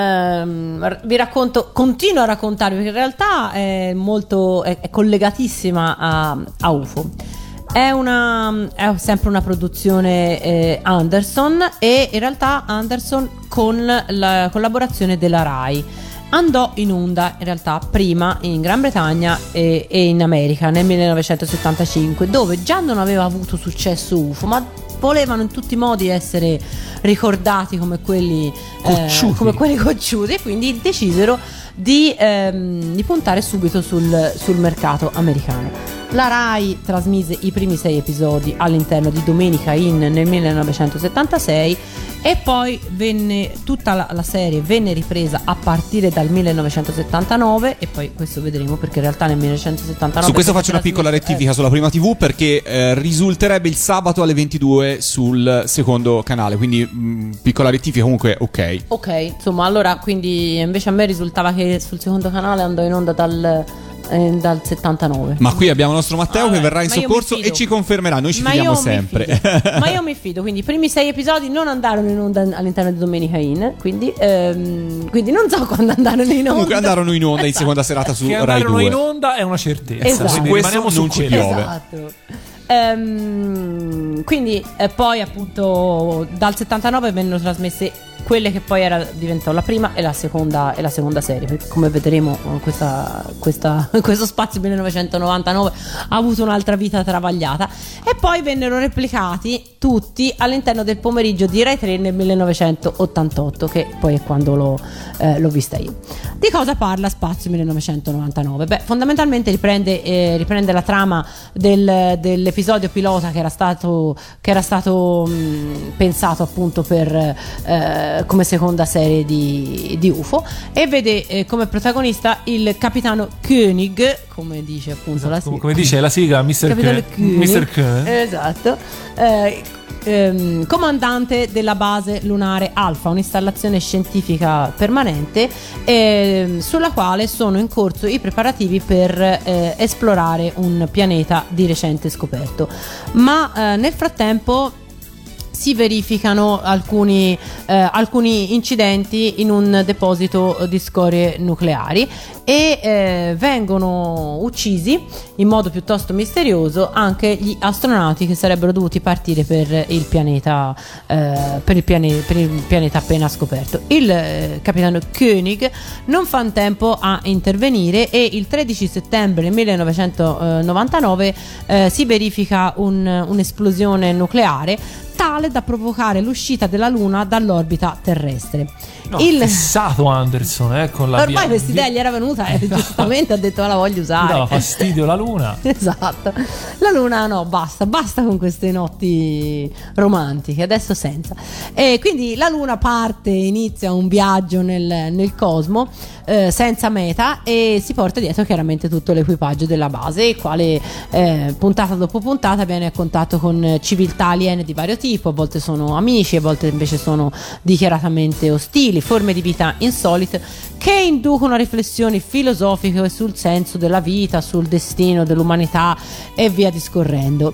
D: ehm, vi racconto, continuo a raccontarvi perché in realtà è molto, è, è collegatissima a, a U F O. È, una, è sempre una produzione eh, Anderson, e in realtà Anderson con la collaborazione della Rai. Andò in onda in realtà prima in Gran Bretagna e, e in America nel millenovecentosettantacinque, dove già non aveva avuto successo U F O, ma volevano in tutti i modi essere ricordati come quelli
C: Cocciuti.
D: eh, come quelli cocciuti, e quindi decisero di, ehm, di puntare subito sul, sul mercato americano. La Rai trasmise i primi sei episodi all'interno di Domenica In nel millenovecentosettantasei, e poi venne tutta la, la serie venne ripresa a partire dal millenovecentosettantanove, e poi questo vedremo perché in realtà nel millenovecentosettantanove
B: Su questo
D: venne
B: faccio una piccola
D: trasmessa-
B: rettifica sulla prima tivù, perché eh, risulterebbe il sabato alle ventidue sul secondo canale, quindi mh, piccola rettifica, comunque ok.
D: Ok, insomma, allora quindi invece a me risultava che sul secondo canale andò in onda dal, eh, dal settantanove.
B: Ma qui abbiamo il nostro Matteo
D: Ah,
B: che
D: beh,
B: verrà in
D: ma io mi
B: soccorso
D: fido.
B: e ci confermerà, noi ci
D: Ma
B: fidiamo
D: io mi
B: sempre.
D: fido. Ma io mi fido, quindi i primi sei episodi non andarono in onda all'interno di Domenica In, quindi, ehm, quindi non so quando andarono in onda.
B: Comunque andarono in onda in
D: Esatto.
B: seconda serata su
C: Che
B: Rai
C: andarono
B: due.
C: in onda è una certezza.
D: Esatto.
C: Quindi
B: Su questo
C: rimaniamo su
B: non ci
C: quello.
B: piove.
D: Esatto. Ehm, quindi eh, poi appunto dal settantanove vennero trasmesse quelle che poi era, diventò la prima e la seconda, e la seconda serie, perché come vedremo eh, questa, questa, questo spazio millenovecentonovantanove ha avuto un'altra vita travagliata, e poi vennero replicati tutti all'interno del pomeriggio di Rai tre nel millenovecentottantotto, che poi è quando l'ho, eh, l'ho vista io. Di cosa parla Spazio millenovecentonovantanove? Beh, fondamentalmente riprende, eh, riprende la trama del, dell'episodio pilota che era stato, che era stato mh, pensato appunto per eh, come seconda serie di, di U F O, e vede eh, come protagonista il capitano Koenig, come dice appunto la
C: Come,
D: sigla.
C: come dice la sigla, mister
D: Capitano
C: K.
D: Koenig.
C: mister K.
D: Esatto. Eh, ehm, comandante della base lunare Alpha, un'installazione scientifica permanente ehm, sulla quale sono in corso i preparativi per eh, esplorare un pianeta di recente scoperto. Ma eh, nel frattempo si verificano alcuni, eh, alcuni incidenti in un deposito di scorie nucleari, e eh, vengono uccisi in modo piuttosto misterioso anche gli astronauti che sarebbero dovuti partire per il pianeta, eh, per il piane- per il pianeta appena scoperto. Il eh, capitano Koenig non fa in tempo a intervenire, e il tredici settembre millenovecentonovantanove eh, si verifica un- un'esplosione nucleare tale da provocare l'uscita della Luna dall'orbita terrestre.
C: No,
D: Il-
C: fissato Anderson, eh, con la
D: Ormai
C: via-
D: questa idea gli era venuta e giustamente ha detto: "Ma la voglio
C: Mi dava
D: usare".
C: fastidio la luna.
D: Esatto. La Luna no, basta, basta con queste notti romantiche, adesso senza. E quindi la Luna parte, inizia un viaggio nel, nel cosmo eh, senza meta, e si porta dietro chiaramente tutto l'equipaggio della base, il quale eh, puntata dopo puntata viene a contatto con civiltà aliene di vario tipo. A volte sono amici, a volte invece sono dichiaratamente ostili, forme di vita insolite che inducono a riflessioni filosofiche sul senso della vita, sul destino dell'umanità e via discorrendo.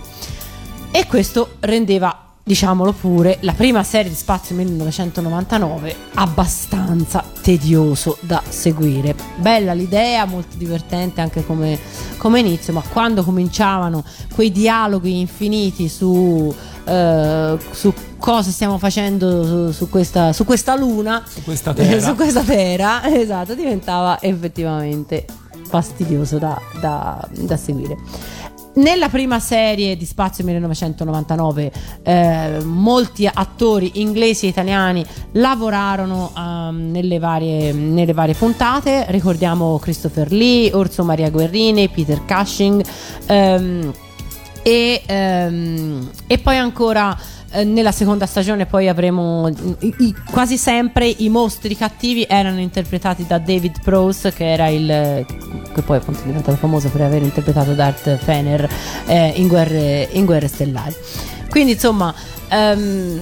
D: E questo rendeva, diciamolo pure, la prima serie di Spazio millenovecentonovantanove abbastanza tedioso da seguire. Bella l'idea, molto divertente anche come, come inizio, ma quando cominciavano quei dialoghi infiniti su, eh, su cosa stiamo facendo su, su, questa, su questa luna,
C: Su questa terra.
D: su questa terra, esatto, diventava effettivamente fastidioso da, da, da seguire. Nella prima serie di Spazio millenovecentonovantanove eh, molti attori inglesi e italiani lavorarono um, nelle, varie, nelle varie puntate. Ricordiamo Christopher Lee, Orso Maria Guerrini, Peter Cushing um, e, um, e poi ancora eh, nella seconda stagione poi avremo i, i, quasi sempre i mostri cattivi erano interpretati da David Prowse, che era il che poi appunto è diventato famoso per aver interpretato Darth Fener eh, in, guerre, in Guerre Stellari. Quindi insomma um,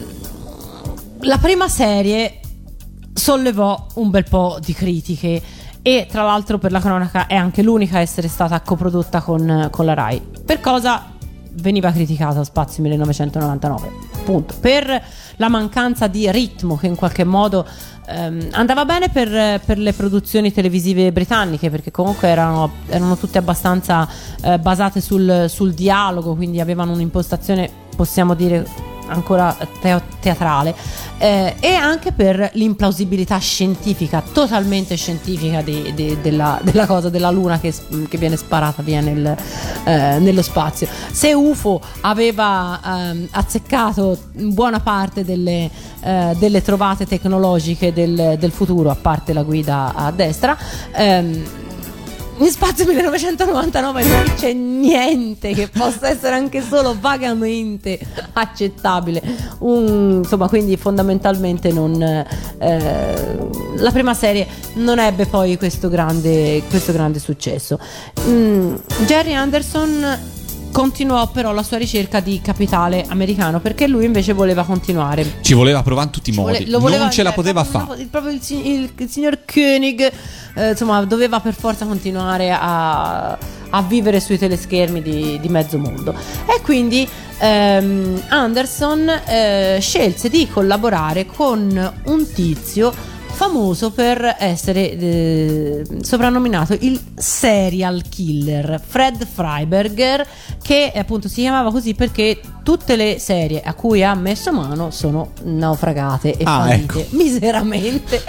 D: la prima serie sollevò un bel po' di critiche e tra l'altro, per la cronaca, è anche l'unica a essere stata coprodotta con, con la Rai. Per cosa veniva criticata Spazio millenovecentonovantanove? Appunto per la mancanza di ritmo, che in qualche modo ehm, andava bene per, per le produzioni televisive britanniche, perché comunque erano, erano tutte abbastanza eh, basate sul, sul dialogo, quindi avevano un'impostazione, possiamo dire, ancora te- teatrale eh, e anche per l'implausibilità scientifica, totalmente scientifica di, di, della, della cosa della luna che, che viene sparata via nel, eh, nello spazio. Se U F O aveva ehm, azzeccato buona parte delle, eh, delle trovate tecnologiche del, del futuro, a parte la guida a destra, ehm, in Spazio millenovecentonovantanove non c'è niente che possa essere anche solo vagamente accettabile. Un, insomma, quindi fondamentalmente non, eh, la prima serie non ebbe poi questo grande, questo grande successo. Mm, Gerry Anderson continuò però la sua ricerca di capitale americano, perché lui invece voleva continuare.
B: Ci voleva provare in tutti i modi,
D: Vole- voleva,
B: non ce la
D: eh,
B: poteva
D: proprio,
B: fare.
D: Proprio il, il, il signor Koenig eh, insomma doveva per forza continuare a, a vivere sui teleschermi di, di mezzo mondo, e quindi ehm, Anderson eh, scelse di collaborare con un tizio famoso per essere eh, soprannominato il serial killer, Fred Freiberger, che appunto si chiamava così perché tutte le serie a cui ha messo mano sono naufragate e
B: ah,
D: fallite
B: ecco.
D: miseramente.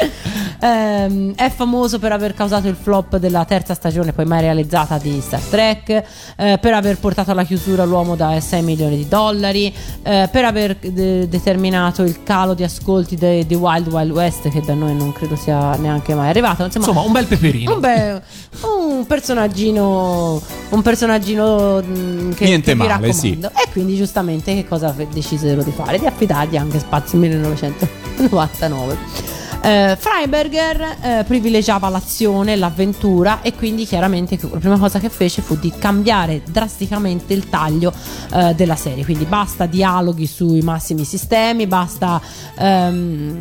D: ehm, è famoso per aver causato il flop della terza stagione poi mai realizzata di Star Trek, eh, per aver portato alla chiusura l'uomo da sei milioni di dollari, eh, per aver de- determinato il calo di ascolti di Wild Wild West, che da noi non credo sia neanche mai arrivato. Insomma,
C: Insomma, un bel peperino.
D: un, be- un personaggino un personaggino mh, che,
B: Niente
D: che vi
B: male,
D: raccomando.
B: sì.
D: E quindi giustamente che cosa fe- decisero di fare? Di affidargli anche Spazio millenovecentonovantanove. eh, Freiberger eh, privilegiava l'azione, l'avventura, e quindi chiaramente la prima cosa che fece fu di cambiare drasticamente il taglio eh, della serie. Quindi basta dialoghi sui massimi sistemi, basta ehm,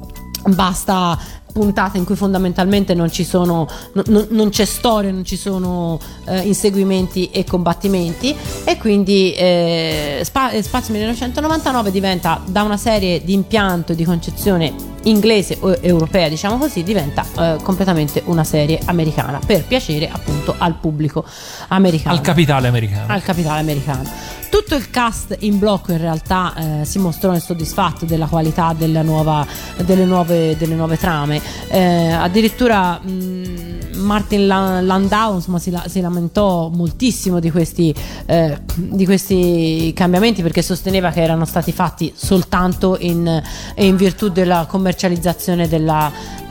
D: basta puntate in cui fondamentalmente non ci sono non, non c'è storia, non ci sono eh, inseguimenti e combattimenti, e quindi eh, Spa- Spazio millenovecentonovantanove diventa, da una serie di impianto e di concezione inglese o europea, diciamo così, diventa eh, completamente una serie americana, per piacere appunto al pubblico americano,
C: Al capitale americano.
D: al capitale americano. Tutto il cast in blocco in realtà eh, si mostrò insoddisfatto della qualità della nuova, delle, nuove, delle nuove trame. Eh, addirittura mh, Martin Landau insomma, si, la, si lamentò moltissimo di questi, eh, di questi cambiamenti, perché sosteneva che erano stati fatti soltanto in, in virtù della commercializzazione della,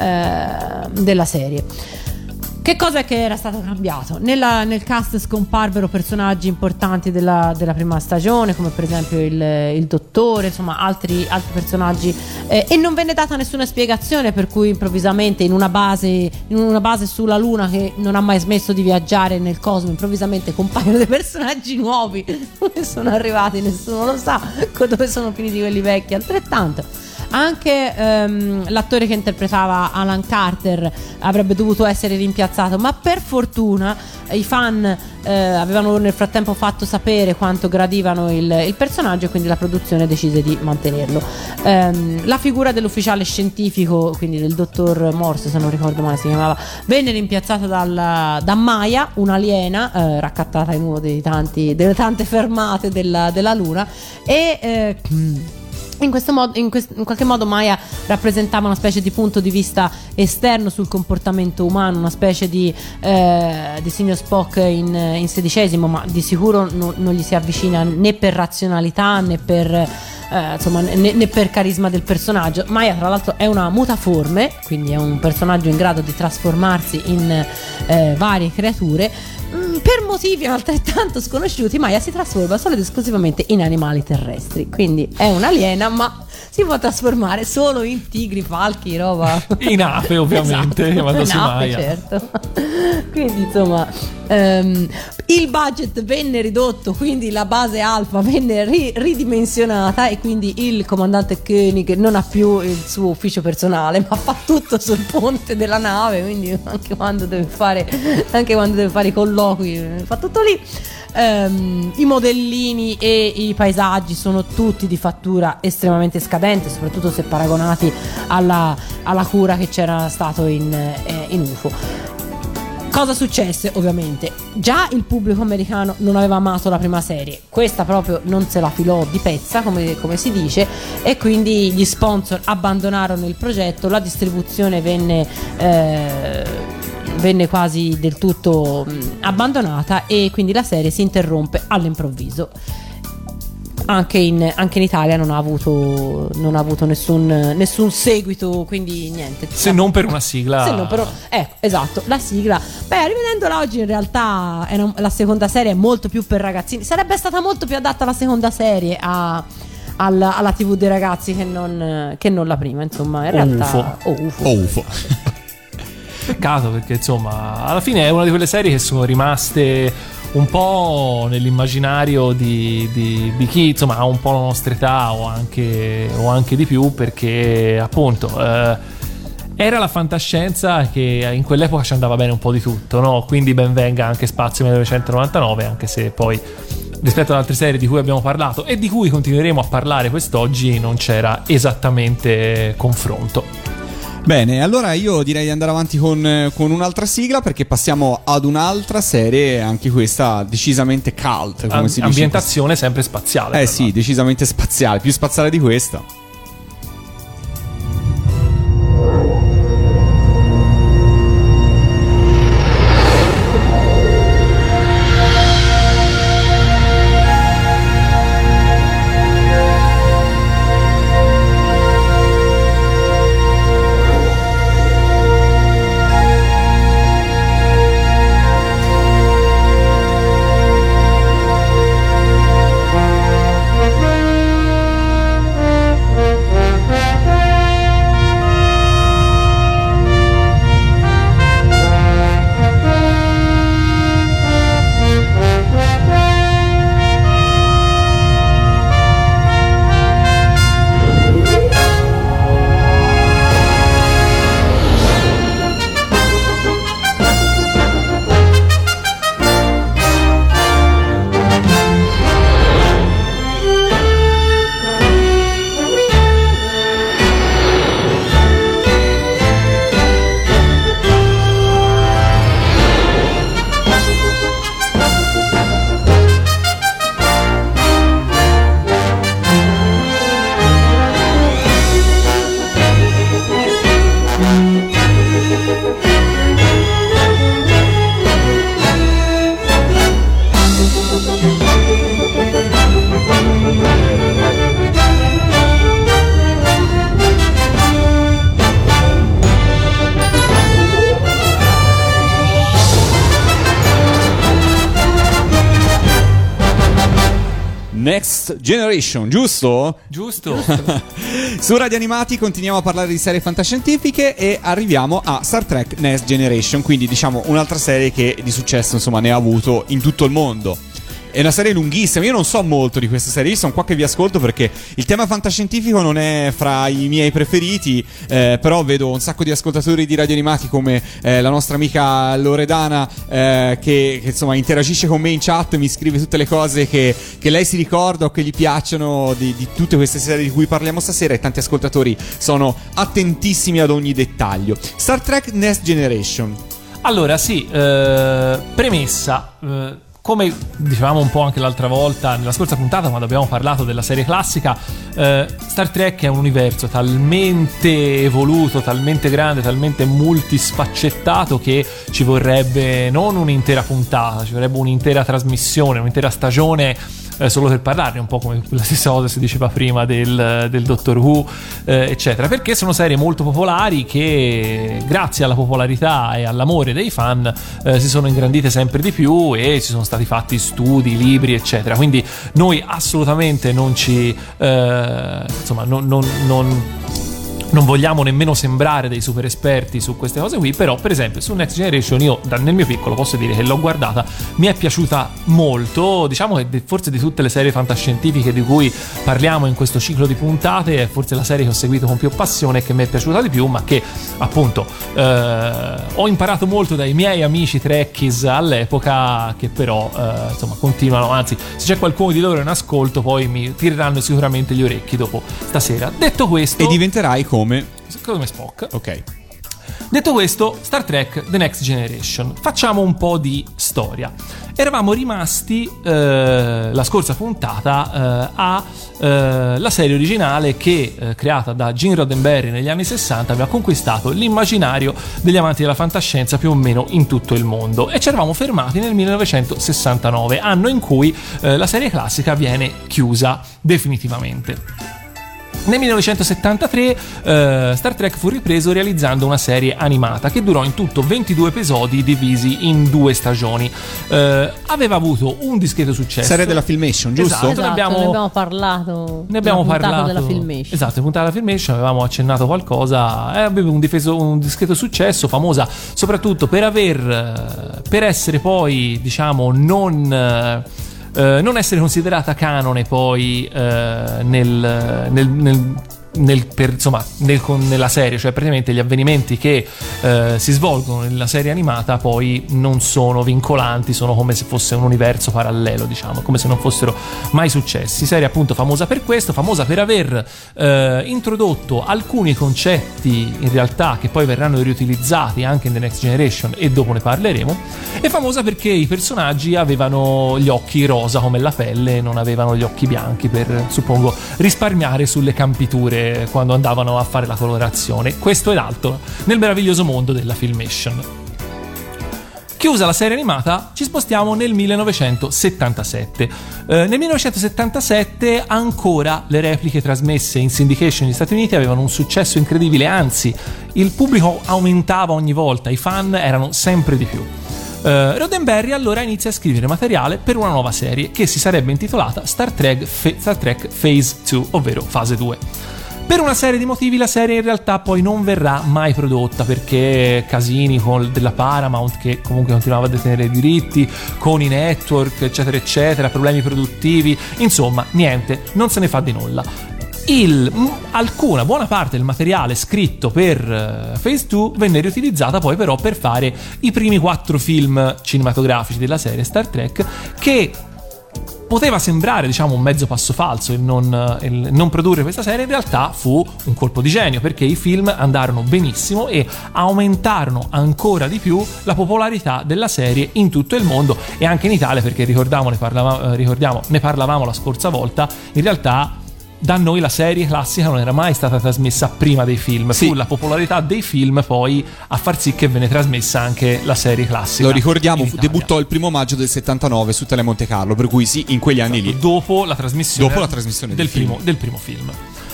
D: eh, della serie. Che cosa è che era stato cambiato? Nella, nel cast scomparvero personaggi importanti della, della prima stagione, come per esempio il, il dottore, insomma altri, altri personaggi, eh, e non venne data nessuna spiegazione per cui improvvisamente in una base in una base sulla Luna, che non ha mai smesso di viaggiare nel cosmo, improvvisamente compaiono dei personaggi nuovi. Dove sono arrivati nessuno lo sa, dove sono finiti quelli vecchi altrettanto. Anche ehm, l'attore che interpretava Alan Carter avrebbe dovuto essere rimpiazzato, ma per fortuna eh, i fan eh, avevano nel frattempo fatto sapere quanto gradivano il, il personaggio, e quindi la produzione decise di mantenerlo. Ehm, la figura dell'ufficiale scientifico, quindi del dottor Morse, se non ricordo male si chiamava, venne rimpiazzata dal, da Maya, un'aliena eh, raccattata in uno dei tanti, delle tante fermate della, della Luna, e eh, In questo modo, in, quest- in qualche modo Maya rappresentava una specie di punto di vista esterno sul comportamento umano, una specie di, eh, di signor Spock in, in sedicesimo, ma di sicuro no, non gli si avvicina né per razionalità né per, eh, insomma, né, né per carisma del personaggio. Maya tra l'altro è una mutaforme, quindi è un personaggio in grado di trasformarsi in eh, varie creature. Per motivi altrettanto sconosciuti, Maya si trasforma solo ed esclusivamente in animali terrestri, quindi è un'aliena, ma si può trasformare solo in tigri, falchi, roba
C: in ape, ovviamente,
D: esatto,
C: chiamandosi
D: in ape,
C: Maya.
D: certo. Quindi insomma ehm, il budget venne ridotto, quindi la base alfa venne ri- ridimensionata e quindi il comandante Koenig non ha più il suo ufficio personale, ma fa tutto sul ponte della nave, quindi anche quando deve fare anche quando deve fare i colloqui fa tutto lì. Um, I modellini e i paesaggi sono tutti di fattura estremamente scadente, soprattutto se paragonati alla, alla cura che c'era stato in, eh, in U F O. Cosa successe? Ovviamente già il pubblico americano non aveva amato la prima serie, questa proprio non se la filò di pezza, come, come si dice, e quindi gli sponsor abbandonarono il progetto, la distribuzione venne eh, venne quasi del tutto mh, abbandonata e quindi la serie si interrompe all'improvviso. Anche in, anche in Italia non ha avuto, non ha avuto nessun, nessun seguito, quindi niente.
C: Se non per una sigla.
D: Se non per, ecco, esatto, la sigla. Beh, rivedendola oggi in realtà è una, la seconda serie è molto più per ragazzini. Sarebbe stata molto più adatta la seconda serie a, alla, alla tivù dei ragazzi che non, che non la prima, insomma, in realtà.
C: U F O.
D: Oh, U F O.
B: O U F O.
C: Peccato, perché insomma alla fine è una di quelle serie che sono rimaste un po' nell'immaginario di, di, di chi insomma ha un po' la nostra età o anche, o anche di più, perché appunto eh, era la fantascienza che in quell'epoca ci andava bene un po' di tutto, no? Quindi ben venga anche Spazio millenovecentonovantanove, anche se poi rispetto ad altre serie di cui abbiamo parlato e di cui continueremo a parlare quest'oggi non c'era esattamente confronto.
B: Bene, allora io direi di andare avanti con, con un'altra sigla, perché passiamo ad un'altra serie, anche questa decisamente cult, come
C: Am-
B: si dice.
C: Ambientazione sempre spaziale.
B: Eh sì, decisamente spaziale, più spaziale di questa. Next Generation, giusto?
C: Giusto.
B: Su Radio Animati continuiamo a parlare di serie fantascientifiche e arriviamo a Star Trek Next Generation, quindi diciamo un'altra serie che di successo insomma ne ha avuto in tutto il mondo. È una serie lunghissima, io non so molto di questa serie, io sono qua che vi ascolto perché il tema fantascientifico non è fra i miei preferiti, eh, però vedo un sacco di ascoltatori di Radio Animati come eh, la nostra amica Loredana eh, che, che insomma interagisce con me in chat, mi scrive tutte le cose che, che lei si ricorda o che gli piacciono di, di tutte queste serie di cui parliamo stasera, e tanti ascoltatori sono attentissimi ad ogni dettaglio. Star Trek Next Generation.
C: Allora sì, eh, premessa, eh, come dicevamo un po' anche l'altra volta, nella scorsa puntata, quando abbiamo parlato della serie classica, eh, Star Trek è un universo talmente evoluto, talmente grande, talmente multisfaccettato che ci vorrebbe non un'intera puntata, ci vorrebbe un'intera trasmissione, un'intera stagione eh, solo per parlarne, un po' come la stessa cosa si diceva prima del, del Doctor Who, eh, eccetera, perché sono serie molto popolari che grazie alla popolarità e all'amore dei fan eh, si sono ingrandite sempre di più e ci sono stati fatti studi, libri, eccetera. Quindi noi assolutamente non ci eh, insomma non, non, non non vogliamo nemmeno sembrare dei super esperti su queste cose qui, però per esempio su Next Generation io da, nel mio piccolo posso dire che l'ho guardata, mi è piaciuta molto, diciamo che forse di tutte le serie fantascientifiche di cui parliamo in questo ciclo di puntate è forse la serie che ho seguito con più passione e che mi è piaciuta di più, ma che appunto eh, ho imparato molto dai miei amici trekkies all'epoca, che però eh, insomma continuano, anzi se c'è qualcuno di loro in ascolto poi mi tireranno sicuramente gli orecchi dopo stasera. Detto questo,
B: e diventerai come
C: come Spock.
B: Ok.
C: Detto questo, Star Trek The Next Generation. Facciamo un po' di storia. Eravamo rimasti eh, la scorsa puntata eh, a eh, la serie originale che, eh, creata da Gene Roddenberry negli anni sessanta, aveva conquistato l'immaginario degli amanti della fantascienza più o meno in tutto il mondo, e ci eravamo fermati nel millenovecentosessantanove, anno in cui eh, la serie classica viene chiusa definitivamente. Nel millenovecentosettantatré eh, Star Trek fu ripreso realizzando una serie animata che durò in tutto ventidue episodi divisi in due stagioni. Eh, aveva avuto un discreto successo.
B: Serie della Filmation, giusto?
C: Esatto,
D: Esatto,
C: ne abbiamo,
D: ne abbiamo parlato.
C: ne abbiamo
D: nella puntata
C: parlato
D: della Filmation.
C: Esatto, in puntata della Filmation avevamo accennato qualcosa. Eh, aveva un, difeso, un discreto successo, famosa soprattutto per aver per essere poi, diciamo, non Uh, non essere considerata canone poi uh, nel, nel, nel, nel, per, insomma, nel, con, nella serie, cioè praticamente gli avvenimenti che uh, si svolgono nella serie animata poi non sono vincolanti, sono come se fosse un universo parallelo, diciamo, come se non fossero mai successi. Serie appunto famosa per questo, famosa per aver uh, introdotto alcuni concetti in realtà che poi verranno riutilizzati anche in The Next Generation, e dopo ne parleremo. È famosa perché i personaggi avevano gli occhi rosa come la pelle, non avevano gli occhi bianchi per, suppongo, risparmiare sulle campiture quando andavano a fare la colorazione. Questo ed altro nel meraviglioso mondo della Filmation. Chiusa la serie animata, ci spostiamo nel millenovecentosettantasette. Eh, nel millenovecentosettantasette ancora le repliche trasmesse in syndication negli Stati Uniti avevano un successo incredibile, anzi il pubblico aumentava ogni volta, i fan erano sempre di più. Uh, Roddenberry allora inizia a scrivere materiale per una nuova serie che si sarebbe intitolata Star Trek, Fe- Star Trek Phase due, ovvero fase due. Per una serie di motivi la serie in realtà poi non verrà mai prodotta, perché casini con della Paramount, che comunque continuava a detenere i diritti, con i network eccetera eccetera, problemi produttivi, insomma niente, non se ne fa di nulla. Il, alcuna buona parte del materiale scritto per uh, Phase due venne riutilizzata poi però per fare i primi quattro film cinematografici della serie Star Trek, che poteva sembrare, diciamo, un mezzo passo falso il non, il non produrre questa serie. In realtà fu un colpo di genio, perché i film andarono benissimo e aumentarono ancora di più la popolarità della serie in tutto il mondo e anche in Italia, perché ricordiamo, ne parlavamo, ricordiamo, ne parlavamo la scorsa volta, in realtà da noi la serie classica non era mai stata trasmessa prima dei film.
B: Sì.
C: Fu la popolarità dei film poi a far sì che venne trasmessa anche la serie classica.
B: Lo ricordiamo,
C: in Italia.
B: debuttò il primo maggio del settantanove su Tele Monte Carlo, per cui sì, in quegli anni lì.
C: Dopo la trasmissione,
B: Dopo la trasmissione
C: del,
B: del film.
C: primo, del primo film.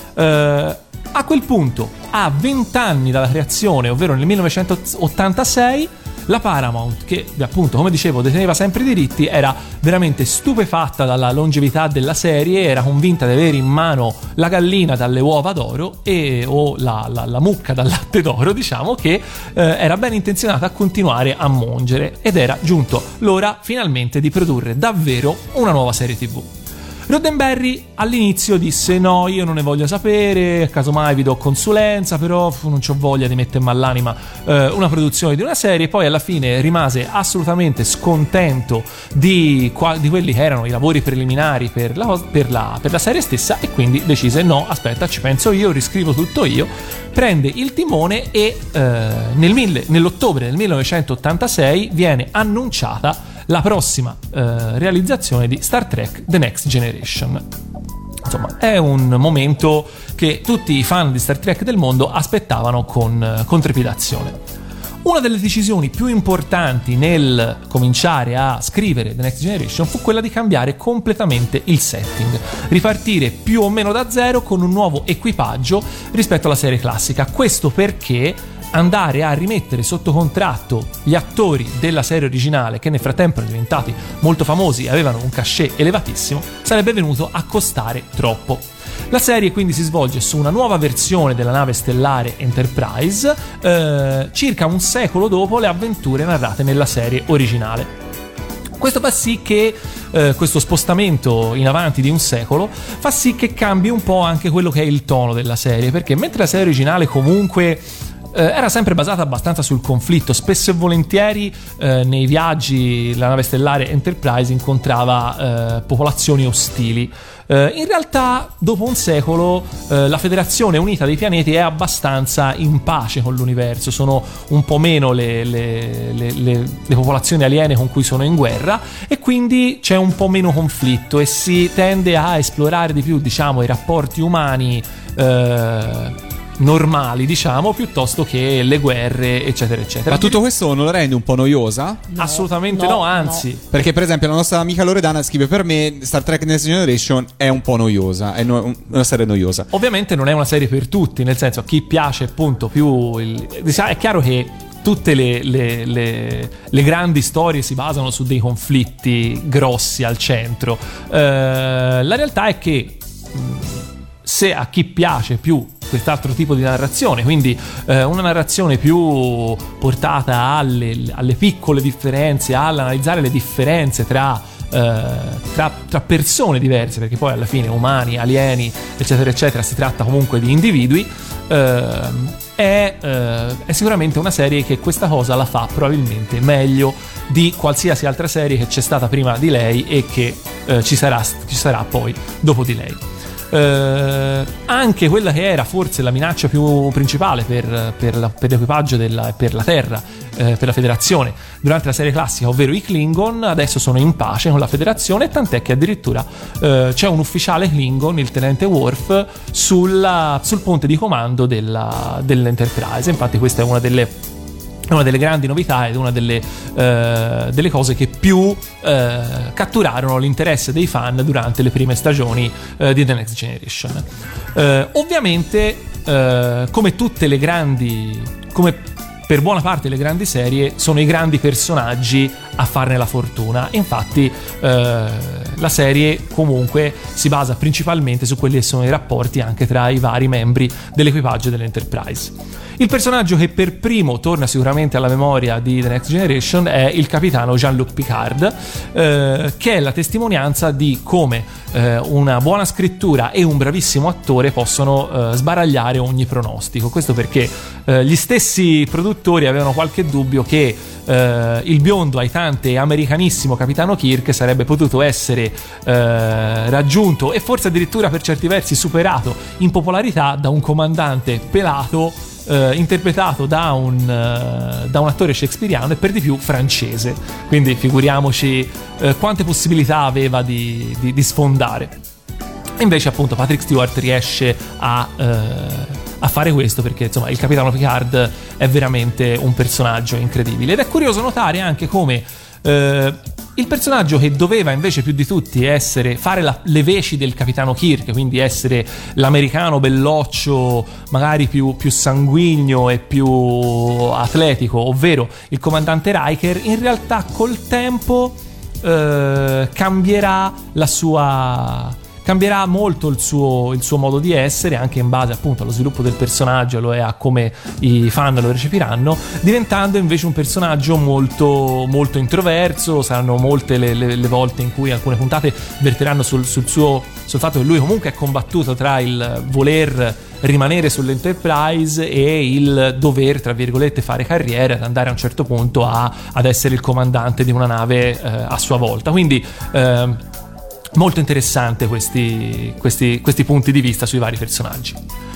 C: Uh, a quel punto, a vent'anni dalla creazione, ovvero nel millenovecentottantasei, la Paramount, che appunto, come dicevo, deteneva sempre i diritti, era veramente stupefatta dalla longevità della serie, era convinta di avere in mano la gallina dalle uova d'oro e, o la, la, la mucca dal latte d'oro, diciamo, che eh, era ben intenzionata a continuare a mungere, ed era giunto l'ora finalmente di produrre davvero una nuova serie tivù. Roddenberry all'inizio disse: no, io non ne voglio sapere, casomai vi do consulenza, però non c'ho voglia di mettermi all'anima eh, una produzione di una serie. Poi alla fine rimase assolutamente scontento di, di quelli che erano i lavori preliminari per la, per, la, per la serie stessa, e quindi decise: no, aspetta, ci penso io, riscrivo tutto io. Prende il timone e eh, nel mille, nell'ottobre del millenovecentottantasei viene annunciata la prossima eh, realizzazione di Star Trek The Next Generation. Insomma, è un momento che tutti i fan di Star Trek del mondo aspettavano con, con trepidazione. Una delle decisioni più importanti nel cominciare a scrivere The Next Generation fu quella di cambiare completamente il setting, ripartire più o meno da zero con un nuovo equipaggio rispetto alla serie classica. Questo perché andare a rimettere sotto contratto gli attori della serie originale, che nel frattempo erano diventati molto famosi e avevano un cachet elevatissimo, sarebbe venuto a costare troppo. La serie quindi si svolge su una nuova versione della nave stellare Enterprise, eh, circa un secolo dopo le avventure narrate nella serie originale. Questo fa sì che eh, questo spostamento in avanti di un secolo fa sì che cambi un po' anche quello che è il tono della serie, perché mentre la serie originale comunque Eh, era sempre basata abbastanza sul conflitto. Spesso e volentieri eh, nei viaggi la nave stellare Enterprise incontrava eh, popolazioni ostili. Eh, in realtà dopo un secolo eh, la Federazione Unita dei Pianeti è abbastanza in pace con l'universo, sono un po' meno le, le, le, le, le popolazioni aliene con cui sono in guerra, e quindi c'è un po' meno conflitto e si tende a esplorare di più, diciamo, i rapporti umani eh, normali, diciamo, piuttosto che le guerre, eccetera eccetera.
B: Ma tutto questo non lo rende un po' noiosa?
D: No,
C: Assolutamente
D: no,
C: no, anzi
D: no.
B: Perché per esempio la nostra amica Loredana scrive: per me Star Trek Next Generation è un po' noiosa, è no- una serie noiosa.
C: ovviamente non è una serie per tutti, nel senso, a chi piace appunto più il... è chiaro che tutte le, le, le, le grandi storie si basano su dei conflitti grossi al centro. Eh, la realtà è che se a chi piace più quest'altro tipo di narrazione, quindi eh, una narrazione più portata alle, alle piccole differenze, all'analizzare le differenze tra, eh, tra, tra persone diverse, perché poi alla fine umani, alieni, eccetera eccetera, si tratta comunque di individui, eh, è, eh, è sicuramente una serie che questa cosa la fa probabilmente meglio di qualsiasi altra serie che c'è stata prima di lei e che eh, ci sarà, ci sarà poi dopo di lei. Eh, anche quella che era forse la minaccia più principale per, per, la, per l'equipaggio della, per la Terra, eh, per la Federazione durante la serie classica, ovvero i Klingon, adesso sono in pace con la Federazione, tant'è che addirittura eh, c'è un ufficiale Klingon, il tenente Worf, sulla, sul ponte di comando della, dell'Enterprise. Infatti questa è una delle una delle grandi novità ed una delle, eh, delle cose che più eh, catturarono l'interesse dei fan durante le prime stagioni eh, di The Next Generation. Eh, ovviamente, eh, come tutte le grandi, come per buona parte delle grandi serie, sono i grandi personaggi a farne la fortuna. Infatti eh, la serie comunque si basa principalmente su quelli che sono i rapporti anche tra i vari membri dell'equipaggio dell'Enterprise. Il personaggio che per primo torna sicuramente alla memoria di The Next Generation è il capitano Jean-Luc Picard, eh, che è la testimonianza di come eh, una buona scrittura e un bravissimo attore possono eh, sbaragliare ogni pronostico. Questo perché eh, gli stessi produttori avevano qualche dubbio che eh, il biondo aitante e americanissimo capitano Kirk sarebbe potuto essere eh, raggiunto e forse addirittura per certi versi superato in popolarità da un comandante pelato, Uh, interpretato da un, uh, da un attore shakespeariano e per di più francese, quindi figuriamoci uh, quante possibilità aveva di, di, di sfondare. Invece appunto Patrick Stewart riesce a, uh, a fare questo, perché insomma il capitano Picard è veramente un personaggio incredibile, ed è curioso notare anche come uh, il personaggio che doveva invece più di tutti essere fare la, le veci del capitano Kirk, quindi essere l'americano belloccio, magari più, più sanguigno e più atletico, ovvero il comandante Riker, in realtà col tempo eh, cambierà la sua... cambierà molto il suo, il suo modo di essere, anche in base appunto allo sviluppo del personaggio e a come i fan lo recepiranno, diventando invece un personaggio molto, molto introverso. Saranno molte le, le, le volte in cui alcune puntate verteranno sul, sul, suo, sul fatto che lui comunque è combattuto tra il voler rimanere sull'Enterprise e il dover, tra virgolette, fare carriera ed andare a un certo punto a, ad essere il comandante di una nave eh, a sua volta. Quindi eh, molto interessante questi, questi, questi punti di vista sui vari personaggi.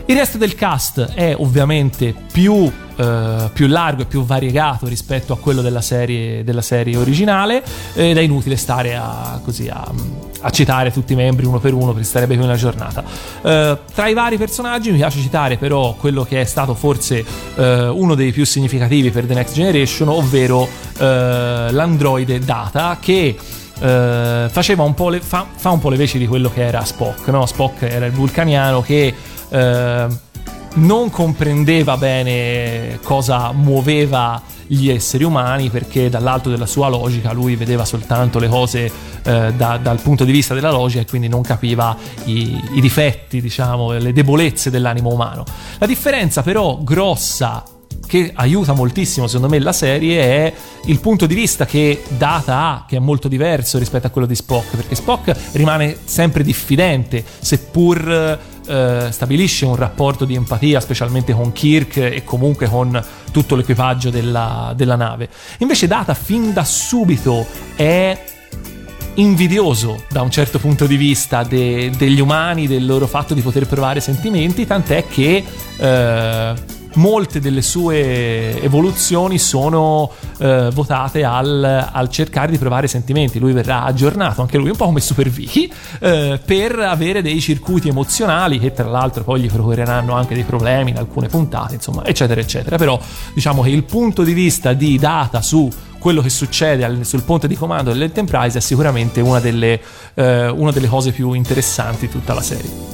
C: Il resto del cast è ovviamente più, eh, più largo e più variegato rispetto a quello della serie, della serie originale, ed è inutile stare a, così, a, a citare tutti i membri uno per uno, perché starebbe qui una giornata. Eh, tra i vari personaggi mi piace citare però quello che è stato forse eh, uno dei più significativi per The Next Generation, ovvero eh, l'androide Data, che eh, faceva un po' le, fa, fa un po' le veci di quello che era Spock, no? Spock era il vulcaniano che eh, non comprendeva bene cosa muoveva gli esseri umani, perché dall'alto della sua logica lui vedeva soltanto le cose eh, da, dal punto di vista della logica, e quindi non capiva i, i difetti, diciamo, le debolezze dell'animo umano. La differenza però grossa, che aiuta moltissimo secondo me la serie, è il punto di vista che Data ha, che è molto diverso rispetto a quello di Spock, perché Spock rimane sempre diffidente, seppur eh, stabilisce un rapporto di empatia specialmente con Kirk e comunque con tutto l'equipaggio della, della nave. Invece Data fin da subito è invidioso da un certo punto di vista de, degli umani, del loro fatto di poter provare sentimenti, tant'è che eh, molte delle sue evoluzioni sono eh, votate al, al cercare di provare sentimenti. Lui verrà aggiornato, anche lui un po' come Super Vicky, eh, per avere dei circuiti emozionali che tra l'altro poi gli procureranno anche dei problemi in alcune puntate, insomma, eccetera eccetera. Però diciamo che il punto di vista di Data su quello che succede al, sul ponte di comando dell'Enterprise è sicuramente una delle, eh, una delle cose più interessanti di tutta la serie.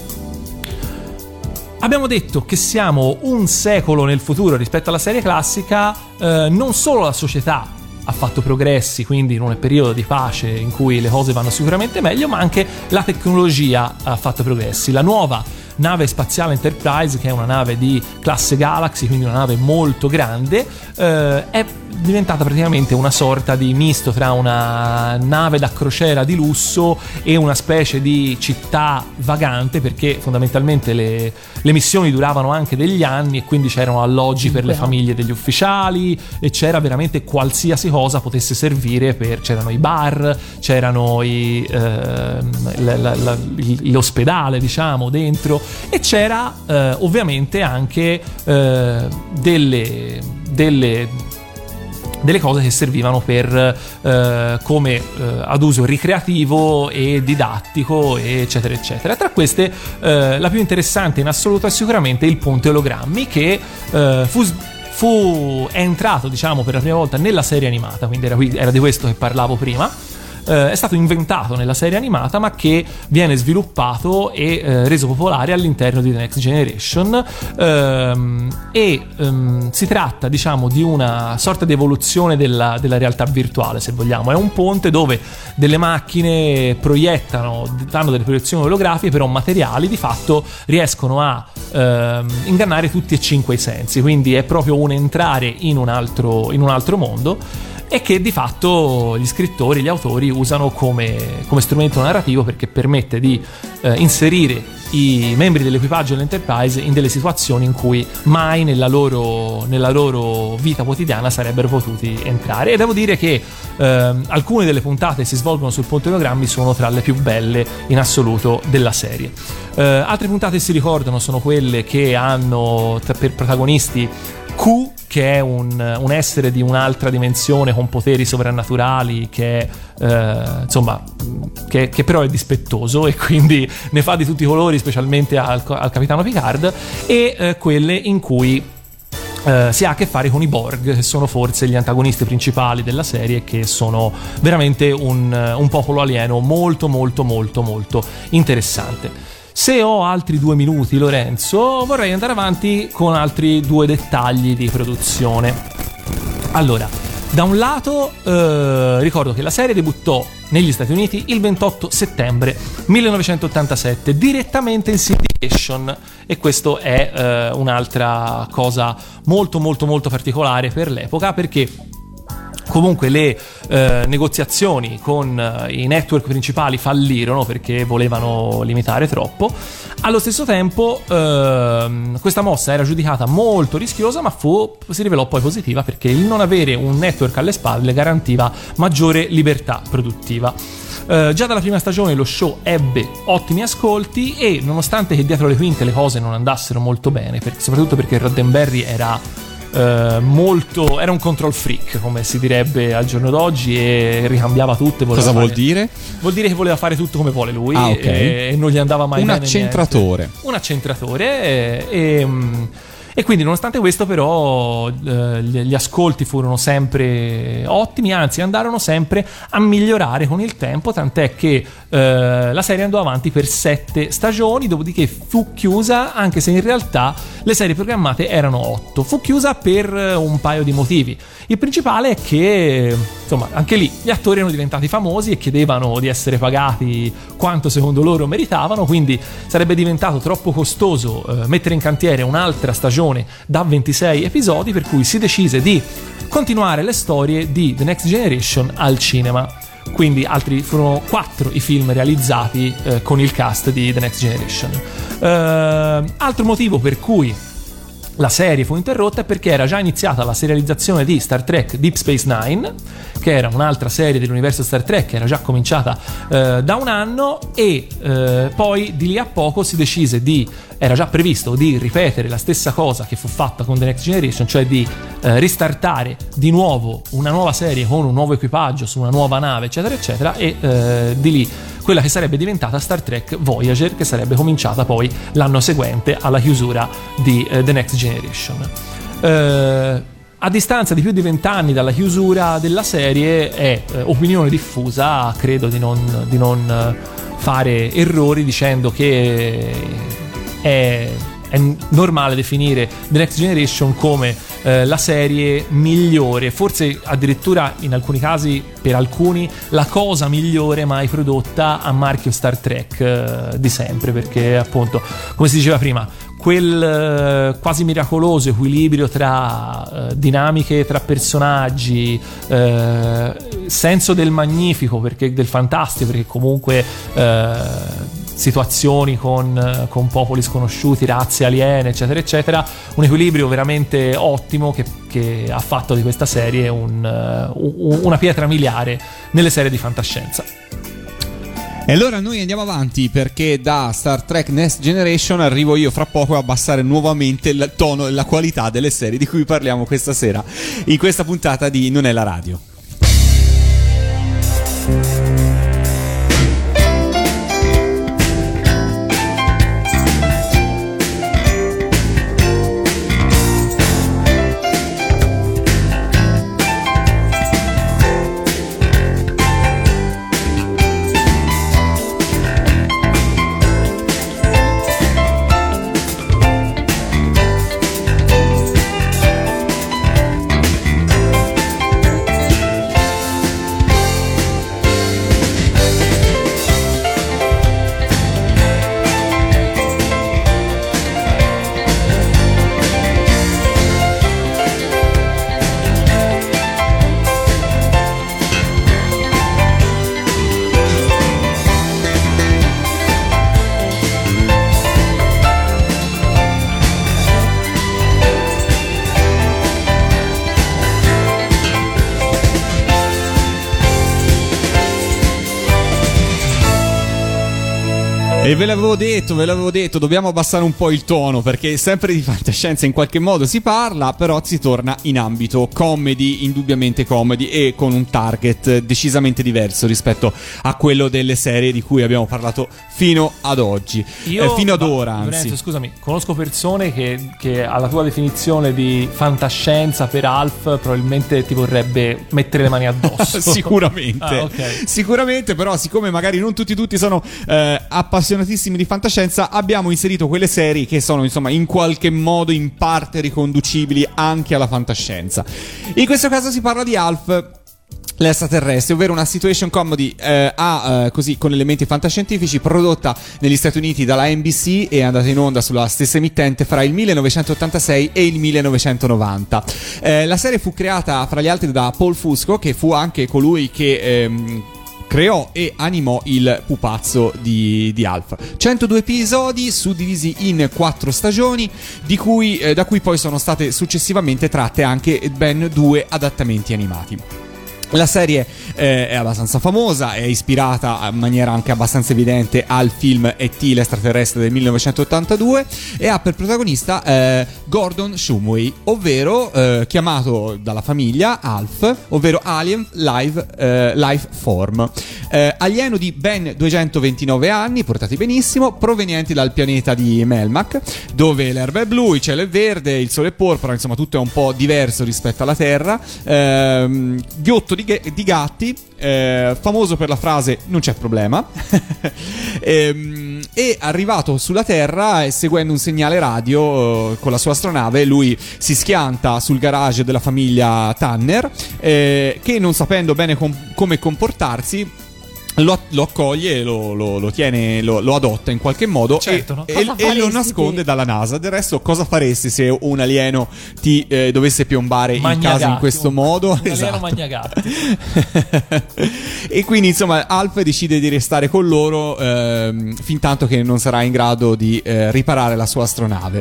C: Abbiamo detto che siamo un secolo nel futuro rispetto alla serie classica. Eh, non solo la società ha fatto progressi, quindi in un periodo di pace in cui le cose vanno sicuramente meglio, ma anche la tecnologia ha fatto progressi. La nuova nave spaziale Enterprise, che è una nave di classe Galaxy, quindi una nave molto grande, eh, è diventata praticamente una sorta di misto tra una nave da crociera di lusso e una specie di città vagante, perché fondamentalmente le, le missioni duravano anche degli anni e quindi c'erano alloggi per le famiglie degli ufficiali e c'era veramente qualsiasi cosa potesse servire per, c'erano i bar, c'erano i, eh, la, la, la, l'ospedale, diciamo, dentro, e c'era eh, ovviamente anche eh, delle delle delle cose che servivano per eh, come eh, ad uso ricreativo e didattico, eccetera eccetera. Tra queste eh, la più interessante in assoluto è sicuramente il ponte ologrammi, che eh, fu fu è entrato, diciamo, per la prima volta nella serie animata, quindi era, qui, era di questo che parlavo prima. Uh, è stato inventato nella serie animata, ma che viene sviluppato e uh, reso popolare all'interno di The Next Generation, uh, e um, si tratta, diciamo, di una sorta di evoluzione della, della realtà virtuale, se vogliamo. È un ponte dove delle macchine proiettano, fanno delle proiezioni olografiche, però materiali di fatto riescono a uh, ingannare tutti e cinque i sensi, quindi è proprio un entrare in un altro, in un altro mondo, e che di fatto gli scrittori, gli autori usano come, come strumento narrativo, perché permette di eh, inserire i membri dell'equipaggio dell'Enterprise in delle situazioni in cui mai nella loro, nella loro vita quotidiana sarebbero potuti entrare. E devo dire che eh, alcune delle puntate che si svolgono sul ponte ologrammi sono tra le più belle in assoluto della serie. Eh, altre puntate che si ricordano sono quelle che hanno per protagonisti Q, che è un, un essere di un'altra dimensione con poteri sovrannaturali, che eh, insomma che, che però è dispettoso e quindi ne fa di tutti i colori, specialmente al, al capitano Picard, e eh, quelle in cui eh, si ha a che fare con i Borg, che sono forse gli antagonisti principali della serie, che sono veramente un, un popolo alieno molto molto molto molto interessante. Se ho altri due minuti, Lorenzo, vorrei andare avanti con altri due dettagli di produzione. Allora, da un lato eh, ricordo che la serie debuttò negli Stati Uniti il ventotto settembre millenovecentottantasette direttamente in syndication, e questo è eh, un'altra cosa molto molto molto particolare per l'epoca, perché comunque le eh, negoziazioni con eh, i network principali fallirono perché volevano limitare troppo. Allo stesso tempo eh, questa mossa era giudicata molto rischiosa, ma fu, si rivelò poi positiva, perché il non avere un network alle spalle garantiva maggiore libertà produttiva. Uh, già dalla prima stagione lo show ebbe ottimi ascolti e nonostante che dietro le quinte le cose non andassero molto bene, perché, soprattutto perché Roddenberry era uh, molto era un control freak, come si direbbe al giorno d'oggi, e ricambiava tutto e voleva
B: Cosa
C: fare,
B: vuol dire?
C: Vuol dire che voleva fare tutto come vuole lui.
B: Ah, okay.
C: e, e non gli andava mai
B: un
C: bene
B: accentratore
C: niente. Un accentratore e, e E quindi nonostante questo però eh, gli ascolti furono sempre ottimi, anzi andarono sempre a migliorare con il tempo, tant'è che eh, la serie andò avanti per sette stagioni, dopodiché fu chiusa, anche se in realtà le serie programmate erano otto. Fu chiusa per un paio di motivi. Il principale è che, insomma, anche lì gli attori erano diventati famosi e chiedevano di essere pagati quanto secondo loro meritavano, quindi sarebbe diventato troppo costoso eh, mettere in cantiere un'altra stagione da ventisei episodi, per cui si decise di continuare le storie di The Next Generation al cinema. Quindi altri furono quattro i film realizzati eh, con il cast di The Next Generation. Uh, altro motivo per cui la serie fu interrotta è perché era già iniziata la serializzazione di Star Trek Deep Space Nine, che era un'altra serie dell'universo Star Trek che era già cominciata eh, da un anno, e eh, poi di lì a poco si decise di era già previsto di ripetere la stessa cosa che fu fatta con The Next Generation, cioè di eh, ristartare di nuovo una nuova serie con un nuovo equipaggio su una nuova nave, eccetera eccetera, e eh, di lì quella che sarebbe diventata Star Trek Voyager, che sarebbe cominciata poi l'anno seguente alla chiusura di eh, The Next Generation. Eh, a distanza di più di vent'anni dalla chiusura della serie è eh, opinione diffusa, credo di non, di non fare errori dicendo che è, è normale definire The Next Generation come eh, la serie migliore, forse addirittura in alcuni casi, per alcuni, la cosa migliore mai prodotta a marchio Star Trek eh, di sempre, perché appunto, come si diceva prima, quel eh, quasi miracoloso equilibrio tra eh, dinamiche tra personaggi, eh, senso del magnifico, perché del fantastico, perché comunque eh, situazioni con, con popoli sconosciuti, razze aliene, eccetera eccetera, un equilibrio veramente ottimo che, che ha fatto di questa serie un, un, una pietra miliare nelle serie di fantascienza.
B: E allora noi andiamo avanti, perché da Star Trek Next Generation arrivo io fra poco a abbassare nuovamente il tono e la qualità delle serie di cui parliamo questa sera in questa puntata di Non è la radio. E ve l'avevo detto, ve l'avevo detto, dobbiamo abbassare un po' il tono, perché sempre di fantascienza in qualche modo si parla, però si torna in ambito comedy, indubbiamente comedy, e con un target decisamente diverso rispetto a quello delle serie di cui abbiamo parlato fino ad oggi.
C: Io,
B: eh, fino ad
C: ma,
B: ora, anzi.
C: Lorenzo, scusami, conosco persone che, che alla tua definizione di fantascienza per Alf probabilmente ti vorrebbe mettere le mani addosso.
B: Sicuramente.
C: Ah, okay.
B: Sicuramente, però siccome magari non tutti tutti sono eh, appassionatissimi di fantascienza, abbiamo inserito quelle serie che sono insomma in qualche modo in parte riconducibili anche alla fantascienza. In questo caso si parla di Alf, l'extraterrestre, ovvero una situation comedy eh, a, eh, così, con elementi fantascientifici, prodotta negli Stati Uniti dalla N B C e andata in onda sulla stessa emittente fra il millenovecentottantasei e il millenovecentonovanta. Eh, la serie fu creata fra gli altri da Paul Fusco, che fu anche colui che ehm, creò e animò il pupazzo di, di Alf. centodue episodi suddivisi in quattro stagioni, di cui, eh, da cui poi sono state successivamente tratte anche ben due adattamenti animati. La serie eh, è abbastanza famosa, è ispirata in maniera anche abbastanza evidente al film E T l'estraterrestre del millenovecentottantadue e ha per protagonista eh, Gordon Shumway, ovvero eh, chiamato dalla famiglia Alf, ovvero Alien Live, eh, Life Form, eh, alieno di ben duecentoventinove anni, portati benissimo, provenienti dal pianeta di Melmac, dove l'erba è blu, il cielo è verde, il sole è porpora, insomma tutto è un po' diverso rispetto alla Terra. ehm, ghiotto di di gatti, eh, famoso per la frase non c'è problema. e, e arrivato sulla Terra, seguendo un segnale radio eh, con la sua astronave, lui si schianta sul garage della famiglia Tanner, eh, che non sapendo bene com- come comportarsi Lo, lo accoglie, lo, lo, lo tiene, lo, lo adotta in qualche modo,
C: certo,
B: e,
C: no?
B: e, e lo nasconde
D: te?
B: dalla NASA. Del resto, cosa faresti se un alieno ti eh, dovesse piombare
C: Magna
B: in casa
C: gatti,
B: in questo
C: un,
B: modo?
C: Un
B: Esatto.
C: alieno magnagatti.
B: E quindi insomma Alf decide di restare con loro ehm, fin tanto che non sarà in grado di eh, riparare la sua astronave.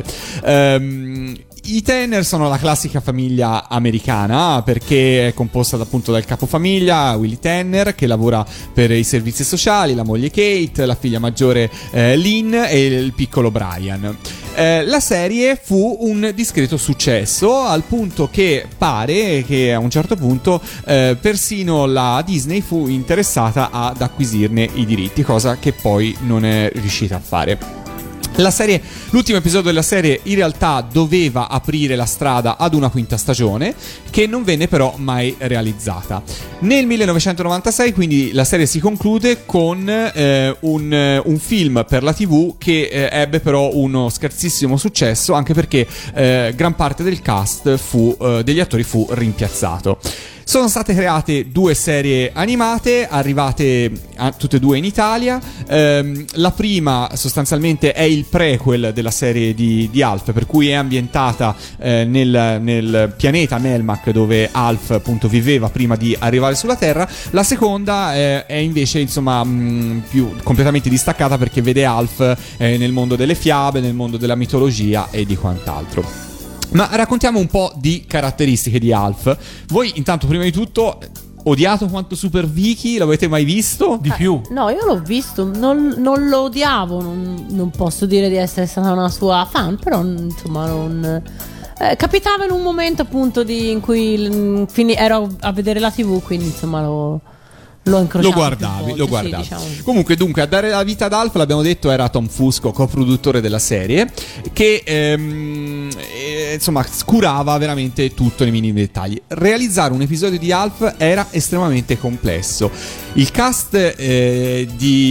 B: Ehm, I Tanner sono la classica famiglia americana, perché è composta appunto dal capofamiglia Willie Tanner, che lavora per i servizi sociali, la moglie Kate, la figlia maggiore eh, Lynn e il piccolo Brian. Eh, la serie fu un discreto successo, al punto che pare che a un certo punto eh, persino la Disney fu interessata ad acquisirne i diritti, cosa che poi non è riuscita a fare. La serie, l'ultimo episodio della serie in realtà doveva aprire la strada ad una quinta stagione, che non venne però mai realizzata. Nel millenovecentonovantasei quindi la serie si conclude con eh, un, un film per la tivù che eh, ebbe però uno scarsissimo successo, anche perché eh, gran parte del cast fu, eh, degli attori fu rimpiazzato. Sono state create due serie animate, arrivate a, tutte e due in Italia. Ehm, la prima sostanzialmente è il prequel della serie di, di Alf, per cui è ambientata eh, nel, nel pianeta Melmac, dove Alf appunto viveva prima di arrivare sulla Terra. La seconda eh, è invece insomma mh, più completamente distaccata, perché vede Alf eh, nel mondo delle fiabe, nel mondo della mitologia e di quant'altro. Ma raccontiamo un po' di caratteristiche di Alf. Voi intanto, prima di tutto, odiato quanto Super Vicky? L'avete mai visto?
C: Di più.
D: No, io l'ho visto, non, non lo odiavo, non, non posso dire di essere stata una sua fan, però insomma non... Eh, capitava in un momento appunto di, in cui l, fini, ero a vedere la tivù, quindi insomma lo... Lo,
B: lo guardavi,
D: volte,
B: lo guardavi.
D: Sì, diciamo.
B: Comunque, dunque, a dare la vita ad Alf, l'abbiamo detto, era Tom Fusco, coproduttore della serie, che ehm, eh, insomma curava veramente tutto nei minimi dettagli. Realizzare un episodio di Alf era estremamente complesso. Il cast eh,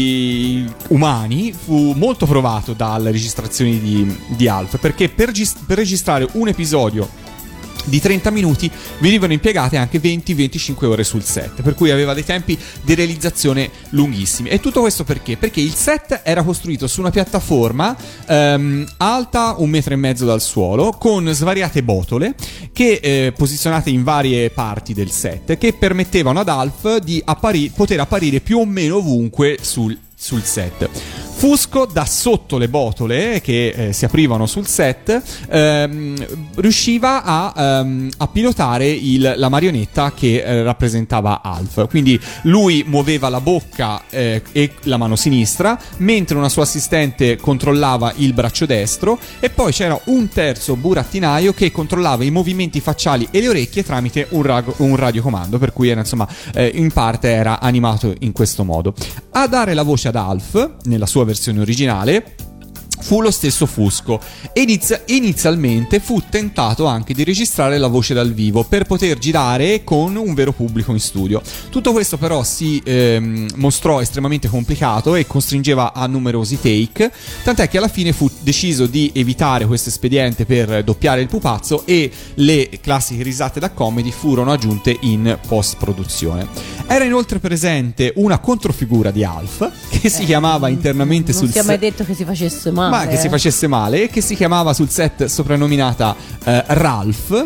B: di umani fu molto provato dalle registrazioni di, di Alf, perché per, gis- per registrare un episodio di trenta minuti venivano impiegate anche venti venticinque ore sul set, per cui aveva dei tempi di realizzazione lunghissimi. E tutto questo perché? Perché il set era costruito su una piattaforma ehm, alta un metro e mezzo dal suolo, con svariate botole che eh, posizionate in varie parti del set, che permettevano ad Alf di appari- poter apparire più o meno ovunque sul, sul set. Fusco, da sotto le botole che eh, si aprivano sul set, ehm, riusciva a, ehm, a pilotare il, la marionetta che eh, rappresentava Alf. Quindi lui muoveva la bocca eh, e la mano sinistra, mentre una sua assistente controllava il braccio destro, e poi c'era un terzo burattinaio che controllava i movimenti facciali e le orecchie tramite un, rag- un radiocomando, per cui era, insomma, eh, in parte era animato in questo modo. A dare la voce ad Alf nella sua versione originale fu lo stesso Fusco. Iniz- inizialmente fu tentato anche di registrare la voce dal vivo per poter girare con un vero pubblico in studio. Tutto questo però si ehm, mostrò estremamente complicato e costringeva a numerosi take, tant'è che alla fine fu deciso di evitare questo espediente per doppiare il pupazzo, e le classiche risate da comedy furono aggiunte in post-produzione. Era inoltre presente una controfigura di Alf che si
D: eh,
B: chiamava internamente
D: non
B: sul
D: si è mai
B: set,
D: detto che si facesse male,
B: ma che
D: eh.
B: si facesse male, che si chiamava sul set soprannominata eh, Ralph,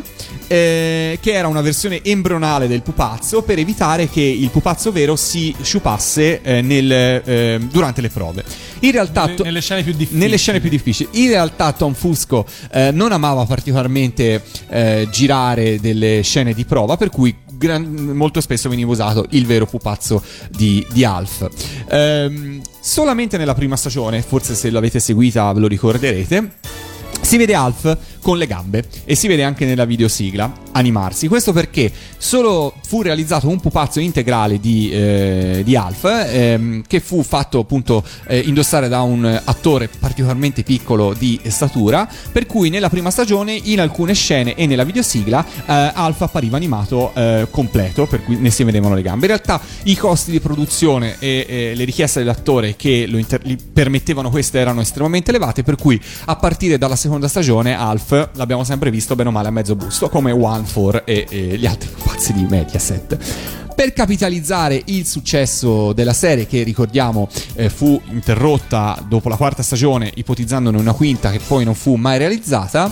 B: eh, che era una versione embrionale del pupazzo, per evitare che il pupazzo vero si sciupasse eh, nel, eh, durante le prove. In realtà
C: nelle, nelle scene più difficili.
B: Nelle scene più difficili. In realtà Tom Fusco eh, non amava particolarmente eh, girare delle scene di prova, per cui gran, molto spesso veniva usato il vero pupazzo di, di Alf. Ehm, solamente nella prima stagione, forse se l'avete seguita ve lo ricorderete, si vede Alf con le gambe e si vede anche nella videosigla animarsi. Questo perché solo fu realizzato un pupazzo integrale di, eh, di Alf, ehm, che fu fatto appunto eh, indossare da un attore particolarmente piccolo di statura, per cui nella prima stagione in alcune scene e nella videosigla eh, Alf appariva animato eh, completo, per cui ne si vedevano le gambe. In realtà i costi di produzione e eh, le richieste dell'attore che lo inter- gli permettevano queste erano estremamente elevate, per cui a partire dalla seconda stagione Alf l'abbiamo sempre visto bene o male a mezzo busto, come One Four e, e gli altri pupazzi di Mediaset. Per capitalizzare il successo della serie, che ricordiamo eh, fu interrotta dopo la quarta stagione, ipotizzandone una quinta che poi non fu mai realizzata,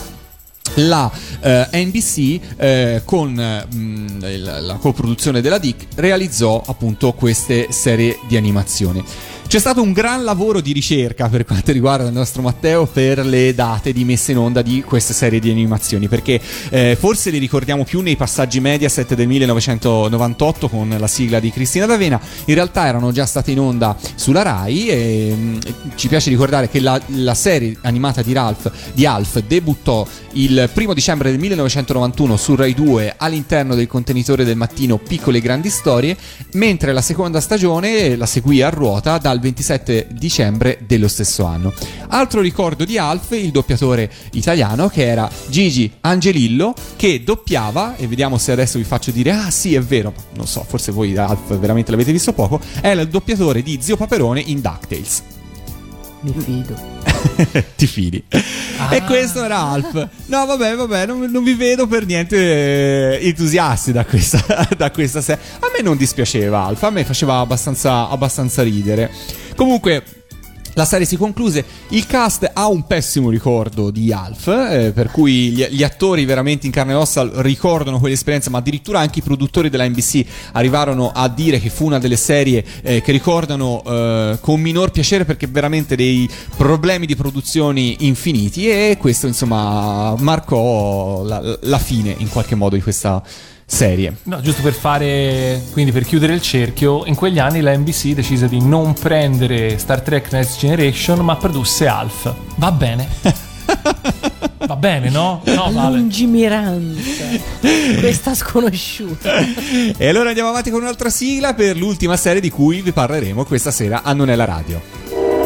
B: la eh, N B C eh, con mh, la, la coproduzione della D I C realizzò appunto queste serie di animazione. C'è stato un gran lavoro di ricerca per quanto riguarda il nostro Matteo per le date di messa in onda di queste serie di animazioni, perché eh, forse le ricordiamo più nei passaggi Mediaset del millenovecentonovantotto con la sigla di Cristina D'Avena. In realtà erano già state in onda sulla Rai e mh, ci piace ricordare che la, la serie animata di Ralph di Alf debuttò il primo dicembre del millenovecentonovantuno su Rai due all'interno del contenitore del mattino Piccole e Grandi Storie, mentre la seconda stagione la seguì a ruota dal ventisette dicembre dello stesso anno. Altro ricordo di Alf, il doppiatore italiano, che era Gigi Angelillo, che doppiava, e vediamo se adesso vi faccio dire ah sì è vero, non so, forse voi Alf veramente l'avete visto poco, è il doppiatore di Zio Paperone in DuckTales.
D: Mi fido.
B: Ti fidi. Ah. E questo era Alf. No vabbè vabbè non, non vi vedo per niente eh, entusiasti da questa, da questa serie. A me non dispiaceva Alf, a me faceva abbastanza, abbastanza ridere. Comunque la serie si concluse, il cast ha un pessimo ricordo di Alf, eh, per cui gli, gli attori veramente in carne e ossa ricordano quell'esperienza, ma addirittura anche i produttori della N B C arrivarono a dire che fu una delle serie eh, che ricordano eh, con minor piacere, perché veramente dei problemi di produzioni infiniti, e questo insomma marcò la, la fine in qualche modo di questa serie.
C: No, giusto per fare, quindi per chiudere il cerchio, in quegli anni la N B C decise di non prendere Star Trek Next Generation, ma produsse Alf. Va bene. Va bene, no? No, vale.
D: Lungimiranza. Questa sconosciuta.
B: E allora andiamo avanti con un'altra sigla per l'ultima serie di cui vi parleremo questa sera a Non è la radio.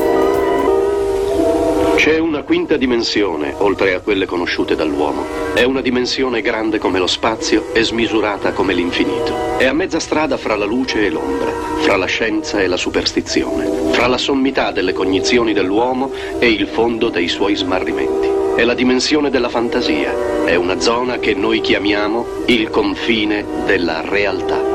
G: C'è una quinta dimensione, oltre a quelle conosciute dall'uomo. È una dimensione grande come lo spazio e smisurata come l'infinito. È a mezza strada fra la luce e l'ombra, fra la scienza e la superstizione, fra la sommità delle cognizioni dell'uomo e il fondo dei suoi smarrimenti. È la dimensione della fantasia. È una zona che noi chiamiamo il confine della realtà.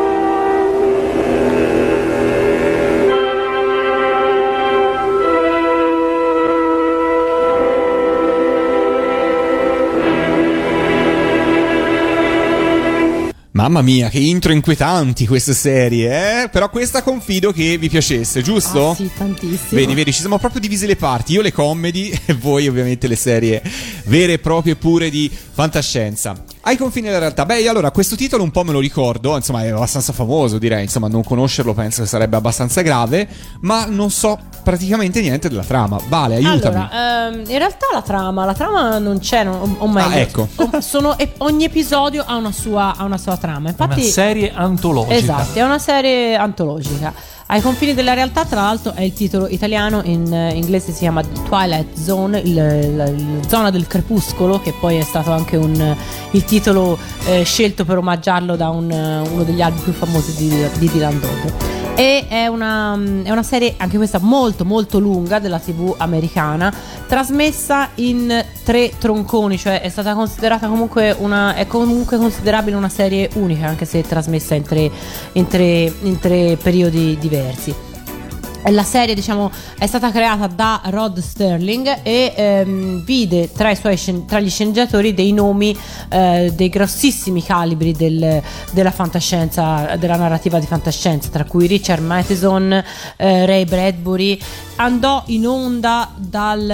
B: Mamma mia, che intro inquietanti queste serie, eh? Però questa confido che vi piacesse, giusto?
D: Ah, sì, tantissimo.
B: Vedi, vedi, ci siamo proprio divisi le parti. Io le comedy e voi ovviamente le serie vere e proprie pure di fantascienza. Ai confini della realtà. Beh, allora, questo titolo un po' me lo ricordo, insomma è abbastanza famoso, direi, insomma non conoscerlo penso che sarebbe abbastanza grave, ma non so praticamente niente della trama. Vale, aiutami.
D: Allora, ehm, in realtà la trama, la trama non c'è, non, o meglio,
B: ah, ecco.
D: sono, ogni episodio ha una sua, ha una sua trama. Infatti,
C: una serie antologica.
D: Esatto, è una serie antologica. Ai confini della realtà, tra l'altro, è il titolo italiano, in uh, inglese si chiama Twilight Zone, il, il, il zona del crepuscolo, che poi è stato anche un, uh, il titolo uh, scelto per omaggiarlo da un, uh, uno degli album più famosi di, di Dylan Dog. E è una, è una serie, anche questa molto molto lunga, della tivù americana, trasmessa in tre tronconi, cioè è stata considerata comunque una, è comunque considerabile una serie unica, anche se trasmessa in tre, in tre, in tre periodi diversi. La serie, diciamo, è stata creata da Rod Sterling e ehm, vide tra, i suoi scen- tra gli sceneggiatori dei nomi eh, dei grossissimi calibri del, della fantascienza, della narrativa di fantascienza, tra cui Richard Matheson, eh, Ray Bradbury. Andò in onda dal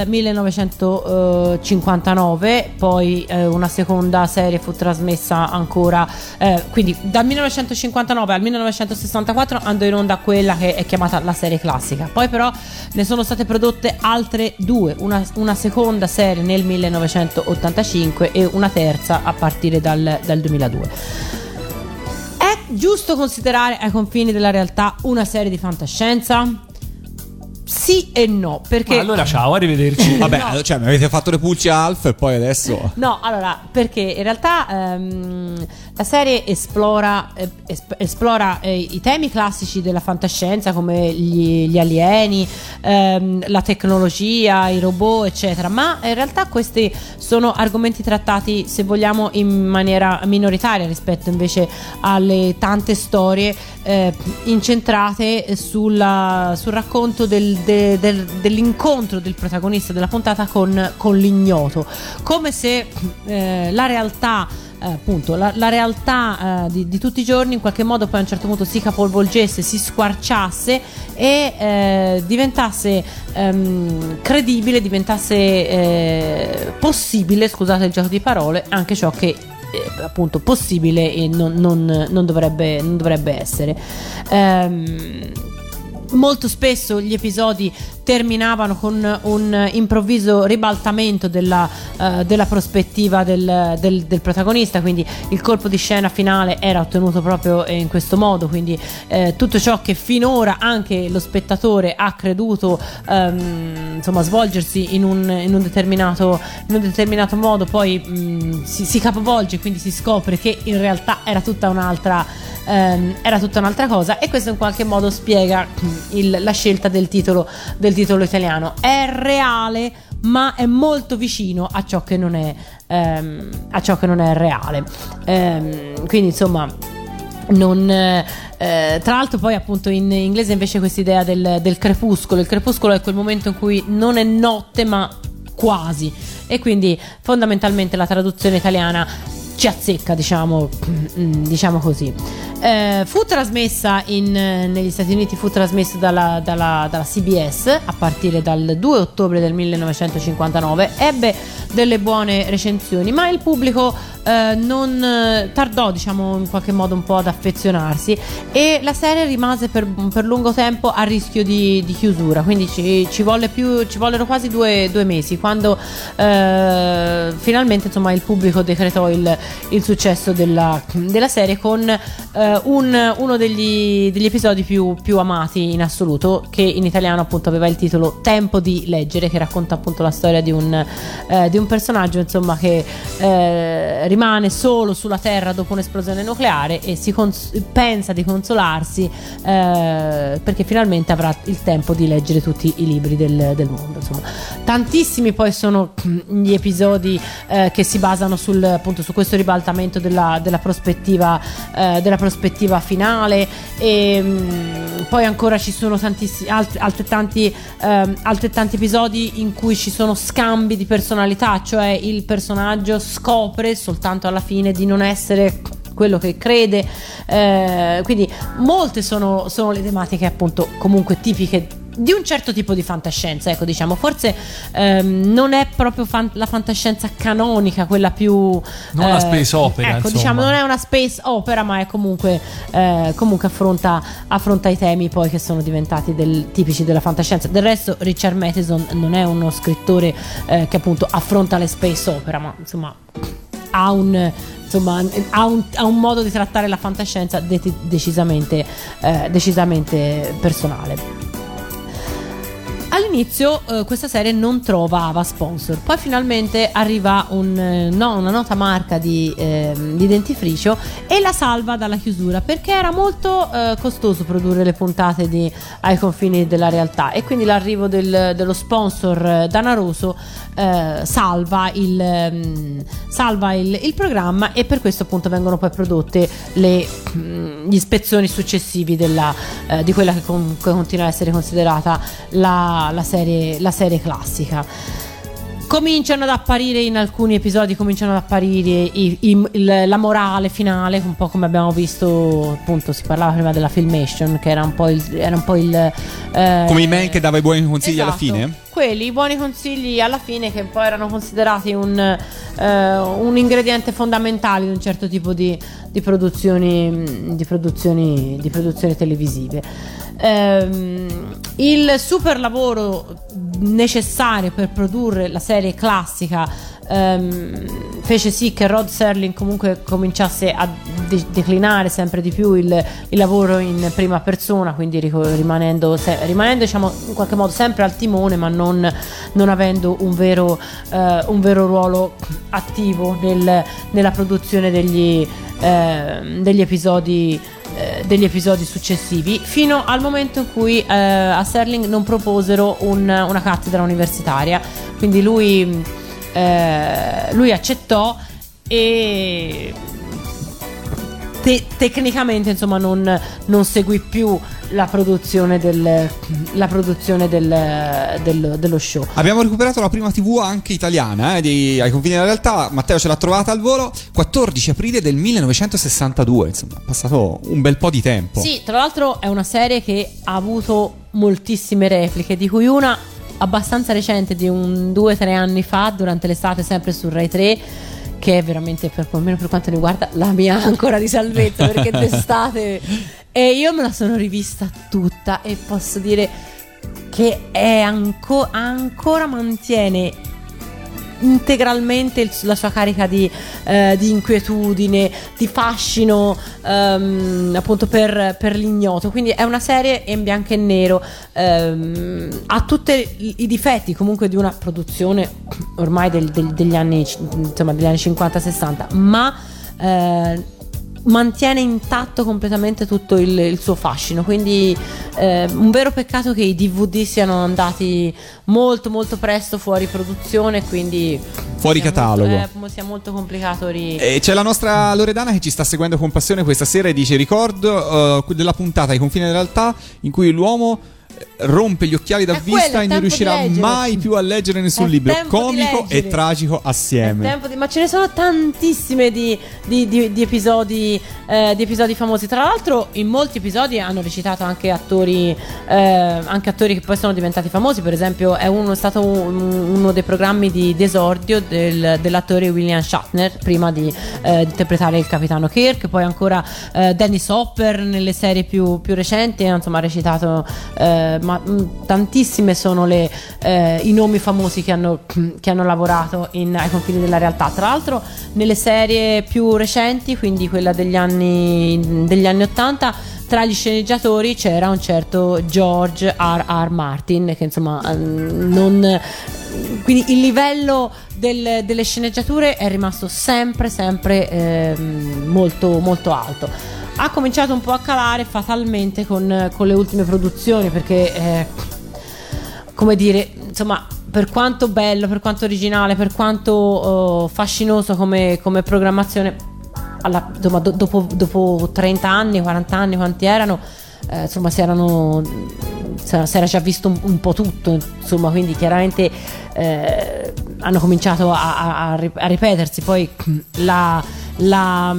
D: millenovecentocinquantanove, poi eh, una seconda serie fu trasmessa ancora, eh, quindi dal millenovecentocinquantanove al millenovecentosessantaquattro andò in onda quella che è chiamata la serie classica. Poi però ne sono state prodotte altre due, una, una seconda serie nel millenovecentottantacinque e una terza a partire dal, dal duemiladue. È giusto considerare ai confini della realtà una serie di fantascienza? Sì e no, perché
C: Ma allora ciao, arrivederci.
B: Vabbè,
D: No.
B: cioè mi avete fatto le pulci a Alf e poi adesso...
D: No, allora, perché in realtà ehm, la serie esplora, eh, esp- esplora eh, i temi classici della fantascienza come gli, gli alieni, ehm, la tecnologia, i robot, eccetera, ma in realtà questi sono argomenti trattati, se vogliamo, in maniera minoritaria rispetto invece alle tante storie eh, incentrate sulla, sul racconto del De, del, dell'incontro del protagonista della puntata con, con l'ignoto, come se eh, la realtà eh, appunto la, la realtà eh, di, di tutti i giorni in qualche modo poi a un certo punto si capovolgesse, si squarciasse e eh, diventasse ehm, credibile, diventasse eh, possibile, scusate il gioco di parole, anche ciò che eh, appunto possibile e non, non, non, dovrebbe, non dovrebbe essere. ehm Molto spesso gli episodi terminavano con un improvviso ribaltamento della, uh, della prospettiva del, del, del protagonista, quindi il colpo di scena finale era ottenuto proprio in questo modo, quindi eh, tutto ciò che finora anche lo spettatore ha creduto um, insomma svolgersi in un, in un determinato in un determinato modo poi um, si, si capovolge, quindi si scopre che in realtà era tutta un'altra Um, era tutta un'altra cosa, e questo in qualche modo spiega il, la scelta del titolo del titolo italiano. È reale, ma è molto vicino a ciò che non è um, a ciò che non è reale. Um, quindi insomma non eh, tra l'altro poi appunto in inglese invece quest'idea del, del crepuscolo il crepuscolo è quel momento in cui non è notte ma quasi, e quindi fondamentalmente la traduzione italiana ci azzecca, diciamo, diciamo così. Eh, fu trasmessa in, negli Stati Uniti, fu trasmessa dalla, dalla, dalla C B S a partire dal due ottobre del millenovecentocinquantanove, ebbe delle buone recensioni, ma il pubblico eh, non eh, tardò, diciamo, in qualche modo un po' ad affezionarsi, e la serie rimase per, per lungo tempo a rischio di, di chiusura, quindi ci, ci volle più ci vollero quasi due, due mesi quando eh, finalmente insomma il pubblico decretò il, il successo della, della serie con eh, un, uno degli, degli episodi più, più amati in assoluto, che in italiano appunto aveva il titolo Tempo di leggere, che racconta appunto la storia di un, eh, di un personaggio insomma che eh, rimane solo sulla Terra dopo un'esplosione nucleare e si cons- pensa di consolarsi eh, perché finalmente avrà il tempo di leggere tutti i libri del, del mondo. Insomma, tantissimi poi sono gli episodi eh, che si basano sul, appunto, su questo ribaltamento della, della prospettiva eh, della prospettiva finale, e mh, poi ancora ci sono tantissimi altri, altrettanti eh, altrettanti episodi in cui ci sono scambi di personalità, cioè il personaggio scopre soltanto alla fine di non essere quello che crede, eh, quindi molte sono, sono le tematiche appunto comunque tipiche di un certo tipo di fantascienza, ecco, diciamo forse ehm, non è proprio fan- la fantascienza canonica, quella più
C: non
D: eh,
C: la space opera,
D: ecco,
C: insomma.
D: diciamo non è una space opera, ma è comunque eh, comunque affronta, affronta i temi poi che sono diventati del, tipici della fantascienza. Del resto Richard Matheson non è uno scrittore eh, che appunto affronta le space opera, ma insomma ha un insomma ha un, ha un modo di trattare la fantascienza de- decisamente eh, decisamente personale. all'inizio eh, questa serie non trovava sponsor, poi finalmente arriva un, eh, no, una nota marca di, eh, di dentifricio e la salva dalla chiusura, perché era molto eh, costoso produrre le puntate di Ai confini della realtà, e quindi l'arrivo del, dello sponsor eh, danaroso eh, salva, il, um, salva il, il programma, e per questo appunto vengono poi prodotte le, gli spezzoni successivi della, eh, di quella che, con, che continua ad essere considerata la, la, serie, la serie classica. Cominciano ad apparire in alcuni episodi, cominciano ad apparire i, i, il, la morale finale, un po' come abbiamo visto, appunto si parlava prima della Filmation, che era un po' il, era un po' il eh,
B: come i man che dava i buoni consigli,
D: esatto,
B: alla fine.
D: Quelli, i buoni consigli alla fine, che poi erano considerati un, eh, un ingrediente fondamentale di un certo tipo di, di produzioni, di produzioni, di produzioni televisive. Um, il super lavoro necessario per produrre la serie classica um, fece sì che Rod Serling comunque cominciasse a de- declinare sempre di più il, il lavoro in prima persona, quindi ric- rimanendo, se- rimanendo diciamo in qualche modo sempre al timone, ma non, non avendo un vero, uh, un vero ruolo attivo nel, nella produzione degli, uh, degli episodi degli episodi successivi, fino al momento in cui eh, a Serling non proposero un, una cattedra universitaria, quindi lui, eh, lui accettò e te- tecnicamente insomma non, non seguì più la produzione del, la produzione del, del, dello show.
B: Abbiamo recuperato la prima tivù anche italiana eh, di Ai confini della realtà. Matteo ce l'ha trovata al volo, quattordici aprile del millenovecentosessantadue, insomma è passato un bel po' di tempo.
D: Sì, tra l'altro è una serie che ha avuto moltissime repliche, di cui una abbastanza recente di un due o tre anni fa, durante l'estate, sempre su Rai tre, che è veramente, per, almeno per quanto riguarda, la mia ancora di salvezza, perché d'estate, e io me la sono rivista tutta e posso dire che è anco, ancora mantiene integralmente il, la sua carica di, eh, di inquietudine, di fascino, um, appunto per, per l'ignoto. Quindi è una serie in bianco e nero, um, ha tutti i, i difetti comunque di una produzione ormai del, del, degli anni, insomma, degli anni cinquanta sessanta, ma eh, mantiene intatto completamente tutto il, il suo fascino. Quindi eh, un vero peccato che i D V D siano andati molto molto presto fuori produzione, quindi
B: fuori catalogo,
D: molto, eh, sia molto complicato ri...
B: E c'è la nostra Loredana che ci sta seguendo con passione questa sera e dice: ricordo uh, della puntata Ai confini della realtà in cui l'uomo rompe gli occhiali da
D: è
B: vista
D: quello,
B: e non riuscirà mai più a leggere nessun
D: è
B: libro,
D: di
B: comico e tragico assieme.
D: Di... ma ce ne sono tantissime di, di, di, di episodi eh, di episodi famosi. Tra l'altro in molti episodi hanno recitato anche attori eh, anche attori che poi sono diventati famosi. Per esempio è uno, è stato un, uno dei programmi di d'esordio del, dell'attore William Shatner prima di eh, interpretare il capitano Kirk. Poi ancora eh, Dennis Hopper nelle serie più, più recenti, insomma ha recitato eh, ma mh, tantissime sono le, eh, i nomi famosi che hanno, che hanno lavorato in Ai confini della realtà. Tra l'altro nelle serie più recenti, quindi quella degli anni degli anni ottanta, tra gli sceneggiatori c'era un certo George R R. Martin, che insomma non, quindi il livello del, delle sceneggiature è rimasto sempre sempre eh, molto molto alto. Ha cominciato un po' a calare fatalmente con, con le ultime produzioni, perché eh, come dire, insomma, per quanto bello, per quanto originale, per quanto oh, fascinoso come, come programmazione, alla, insomma, do, dopo, dopo trenta anni, quaranta anni, quanti erano, eh, insomma si erano si era già visto un, un po' tutto, insomma, quindi chiaramente eh, hanno cominciato a, a, a ripetersi. Poi la la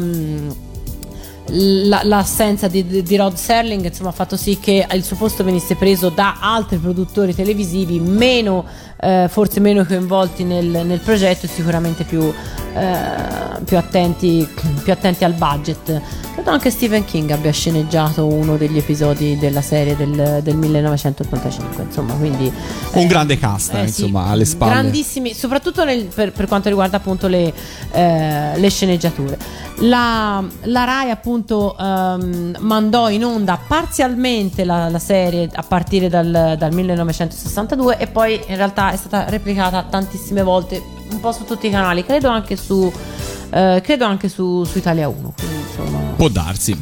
D: l'assenza di, di Rod Serling insomma ha fatto sì che il suo posto venisse preso da altri produttori televisivi meno eh, forse meno coinvolti nel, nel progetto e sicuramente più, eh, più attenti più attenti al budget. Credo anche Stephen King abbia sceneggiato uno degli episodi della serie del, del millenovecentottantacinque, insomma, quindi
B: un
D: eh,
B: grande cast,
D: eh,
B: insomma,
D: sì,
B: alle spalle,
D: grandissimi, soprattutto nel, per, per quanto riguarda appunto le, eh, le sceneggiature. La, la Rai appunto ehm, mandò in onda parzialmente la, la serie a partire dal, dal millenovecentosessantadue e poi in realtà è stata replicata tantissime volte, un po' su tutti i canali, credo anche su eh, credo anche su, su Italia uno, quindi insomma
B: può darsi.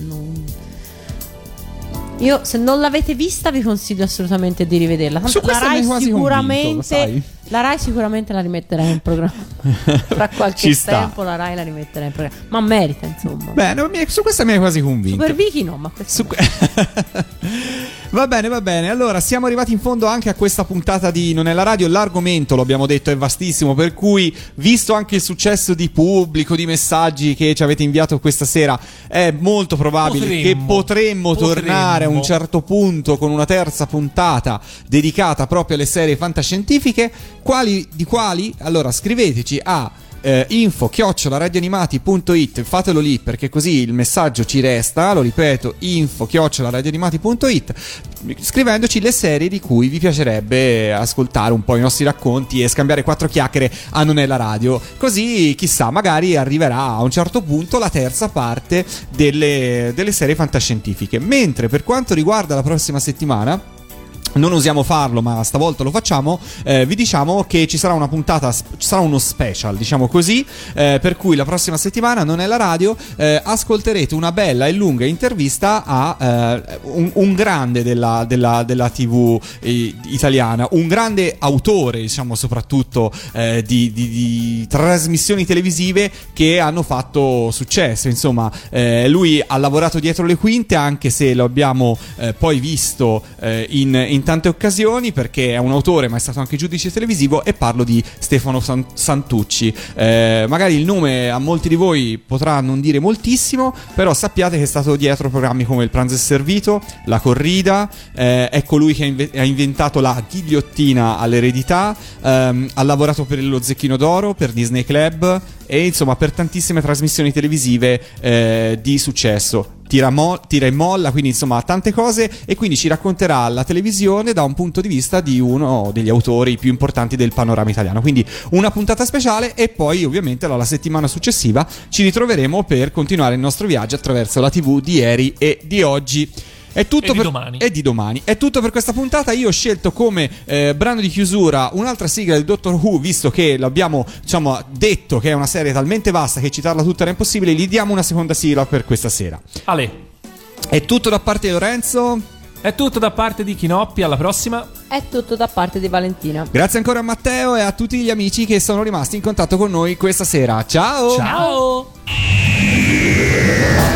D: Io, se non l'avete vista, vi consiglio assolutamente di rivederla. Tanto
B: Su
D: la
B: questa mi
D: Rai
B: hai quasi
D: sicuramente
B: convinto, lo sai.
D: la Rai sicuramente la rimetterà in programma. Tra qualche
B: Ci sta.
D: tempo la Rai la rimetterà in programma. Ma merita, insomma.
B: Beh, no, mi- su questa mi hai quasi convinto.
D: Super Vicky no, ma questo
B: Su que- Va bene, va bene. Allora, siamo arrivati in fondo anche a questa puntata di Non è la radio. L'argomento, lo abbiamo detto, è vastissimo, per cui, visto anche il successo di pubblico, di messaggi che ci avete inviato questa sera, è molto probabile
C: Potremmo.
B: che potremmo,
C: Potremmo.
B: tornare a un certo punto con una terza puntata dedicata proprio alle serie fantascientifiche. Quali di quali? Allora, scriveteci a Eh, info chiocciola radioanimati punto it, fatelo lì perché così il messaggio ci resta. Lo ripeto, info chiocciola radioanimati punto it, scrivendoci le serie di cui vi piacerebbe ascoltare un po' i nostri racconti e scambiare quattro chiacchiere a Non è la radio, così chissà, magari arriverà a un certo punto la terza parte delle, delle serie fantascientifiche. Mentre per quanto riguarda la prossima settimana, non usiamo farlo, ma stavolta lo facciamo. Eh, vi diciamo che ci sarà una puntata, ci sarà uno special, diciamo così, eh, per cui la prossima settimana Non è la radio, eh, ascolterete una bella e lunga intervista a eh, un, un grande della, della, della tivù eh, italiana, un grande autore, diciamo, soprattutto eh, di, di, di trasmissioni televisive che hanno fatto successo. Insomma, eh, lui ha lavorato dietro le quinte, anche se lo abbiamo eh, poi visto eh, in, in tante occasioni, perché è un autore ma è stato anche giudice televisivo, e parlo di Stefano San- Santucci. Eh, magari il nome a molti di voi potrà non dire moltissimo, però sappiate che è stato dietro programmi come Il pranzo è servito, La corrida, eh, è colui che ha, inve- ha inventato la ghigliottina all'eredità, ehm, ha lavorato per lo Zecchino d'Oro, per Disney Club e insomma per tantissime trasmissioni televisive eh, di successo. Tira, mo- tira e molla, quindi insomma tante cose, e quindi ci racconterà la televisione da un punto di vista di uno degli autori più importanti del panorama italiano. Quindi una puntata speciale, e poi ovviamente la settimana successiva ci ritroveremo per continuare il nostro viaggio attraverso la tivù di ieri e di oggi. È tutto
C: E di
B: per...
C: domani.
B: E di domani. È tutto per questa puntata. Io ho scelto come eh, brano di chiusura un'altra sigla del Doctor Who, visto che l'abbiamo, diciamo, detto che è una serie talmente vasta che citarla tutta era impossibile. Gli diamo una seconda sigla per questa sera.
C: Ale,
B: È tutto da parte di Lorenzo.
C: è tutto da parte di Chinoppi, alla prossima.
D: è tutto da parte di Valentina.
B: Grazie ancora a Matteo e a tutti gli amici che sono rimasti in contatto con noi questa sera. Ciao.
C: Ciao.